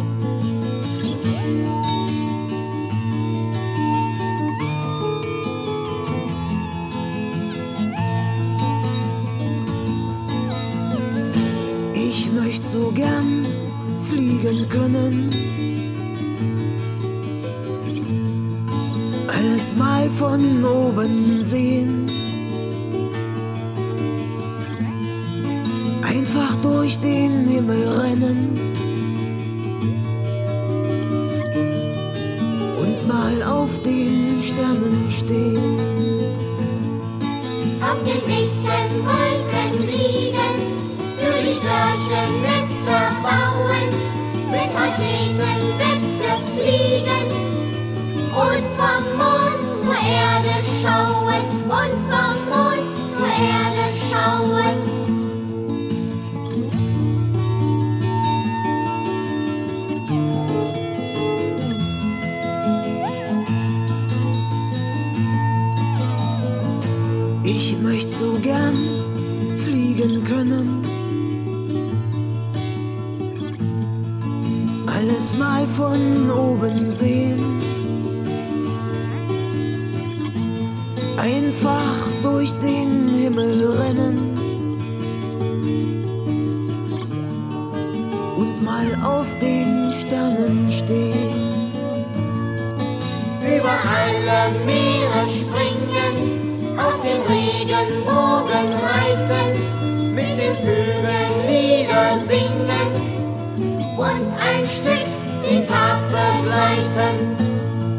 Ich möchte so gern fliegen können, alles mal von oben sehen, einfach durch den Himmel rennen und mal auf den Sternen stehen. Auf den dicken Wolken liegen, für die Störche Nester bauen, mit Raketenwette fliegen und vom Mond zur Erde schauen, und vom Mond zur Erde schauen. Ich möchte so gern fliegen können, alles mal von oben sehen, einfach durch den Himmel rennen und mal auf den Sternen stehen. Über alle Meere springen, auf den Regenbogen reiten, mit den Vögeln Lieder singen und ein Stück den Tag begleiten.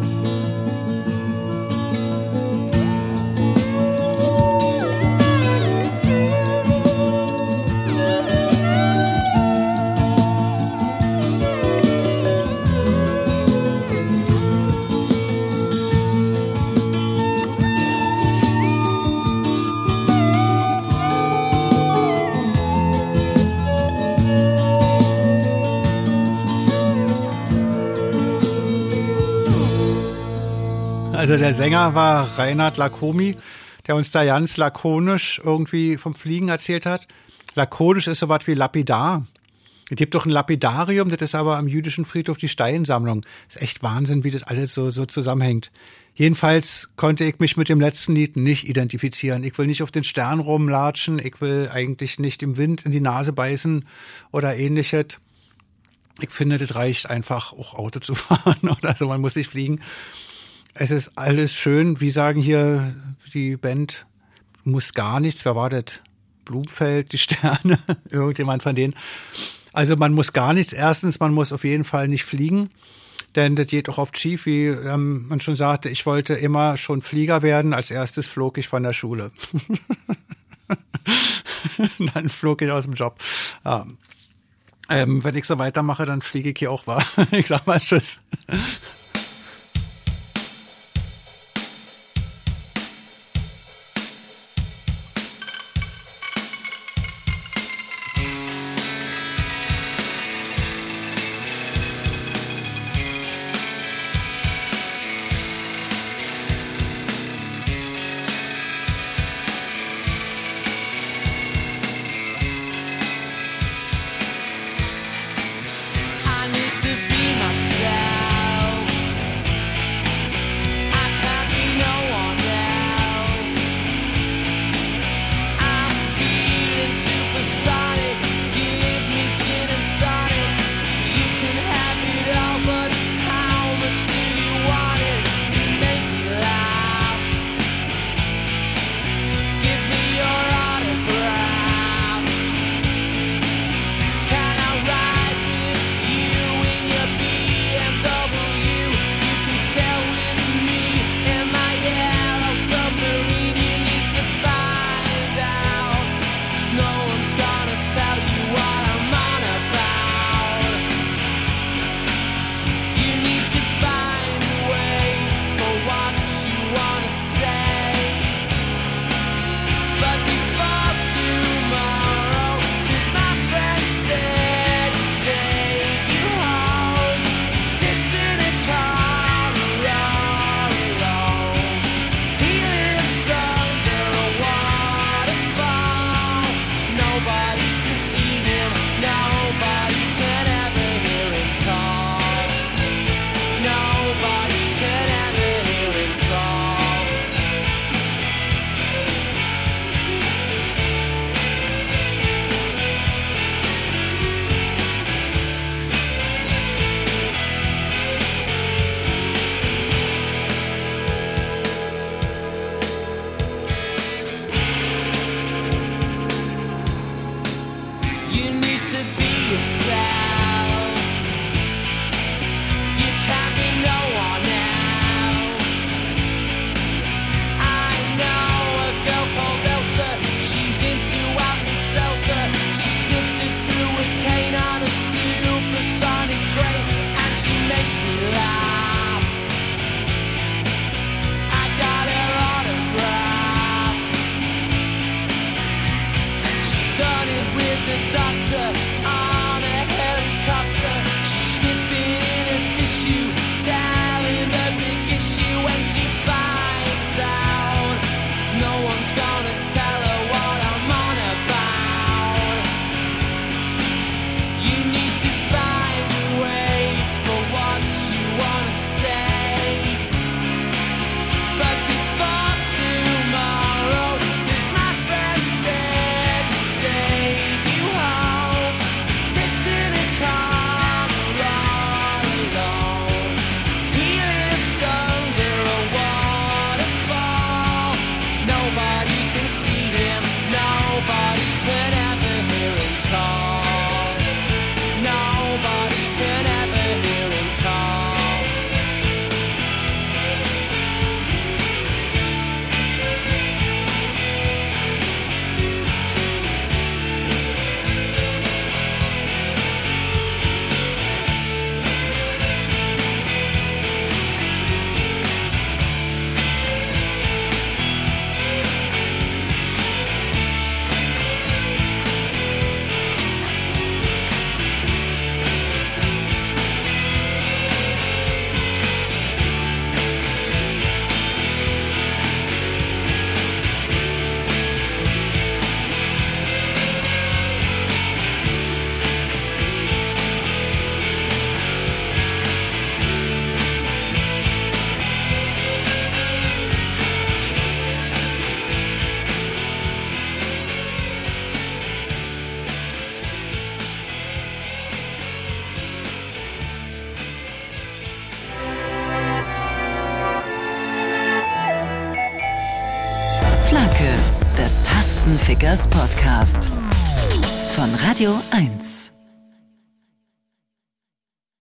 Also der Sänger war Reinhard Lacomi, der uns da ganz lakonisch irgendwie vom Fliegen erzählt hat. Lakonisch ist sowas wie lapidar. Es gibt doch ein Lapidarium, das ist aber am jüdischen Friedhof die Steinsammlung. Ist echt Wahnsinn, wie das alles so, so zusammenhängt. Jedenfalls konnte ich mich mit dem letzten Lied nicht identifizieren. Ich will nicht auf den Stern rumlatschen, ich will eigentlich nicht im Wind in die Nase beißen oder ähnliches. Ich finde, das reicht einfach, auch Auto zu fahren oder so, man muss nicht fliegen. Es ist alles schön, wie sagen hier die Band, muss gar nichts, wer war das? Blumfeld, die Sterne, irgendjemand von denen. Also man muss gar nichts. Erstens, man muss auf jeden Fall nicht fliegen, denn das geht auch oft schief, wie ähm, man schon sagte, ich wollte immer schon Flieger werden. Als erstes flog ich von der Schule. Dann flog ich aus dem Job. Ja. Ähm, wenn ich so weitermache, dann fliege ich hier auch wahr. Ich sag mal Tschüss. Flanke, des Tastenfickers Podcast. Von Radio eins.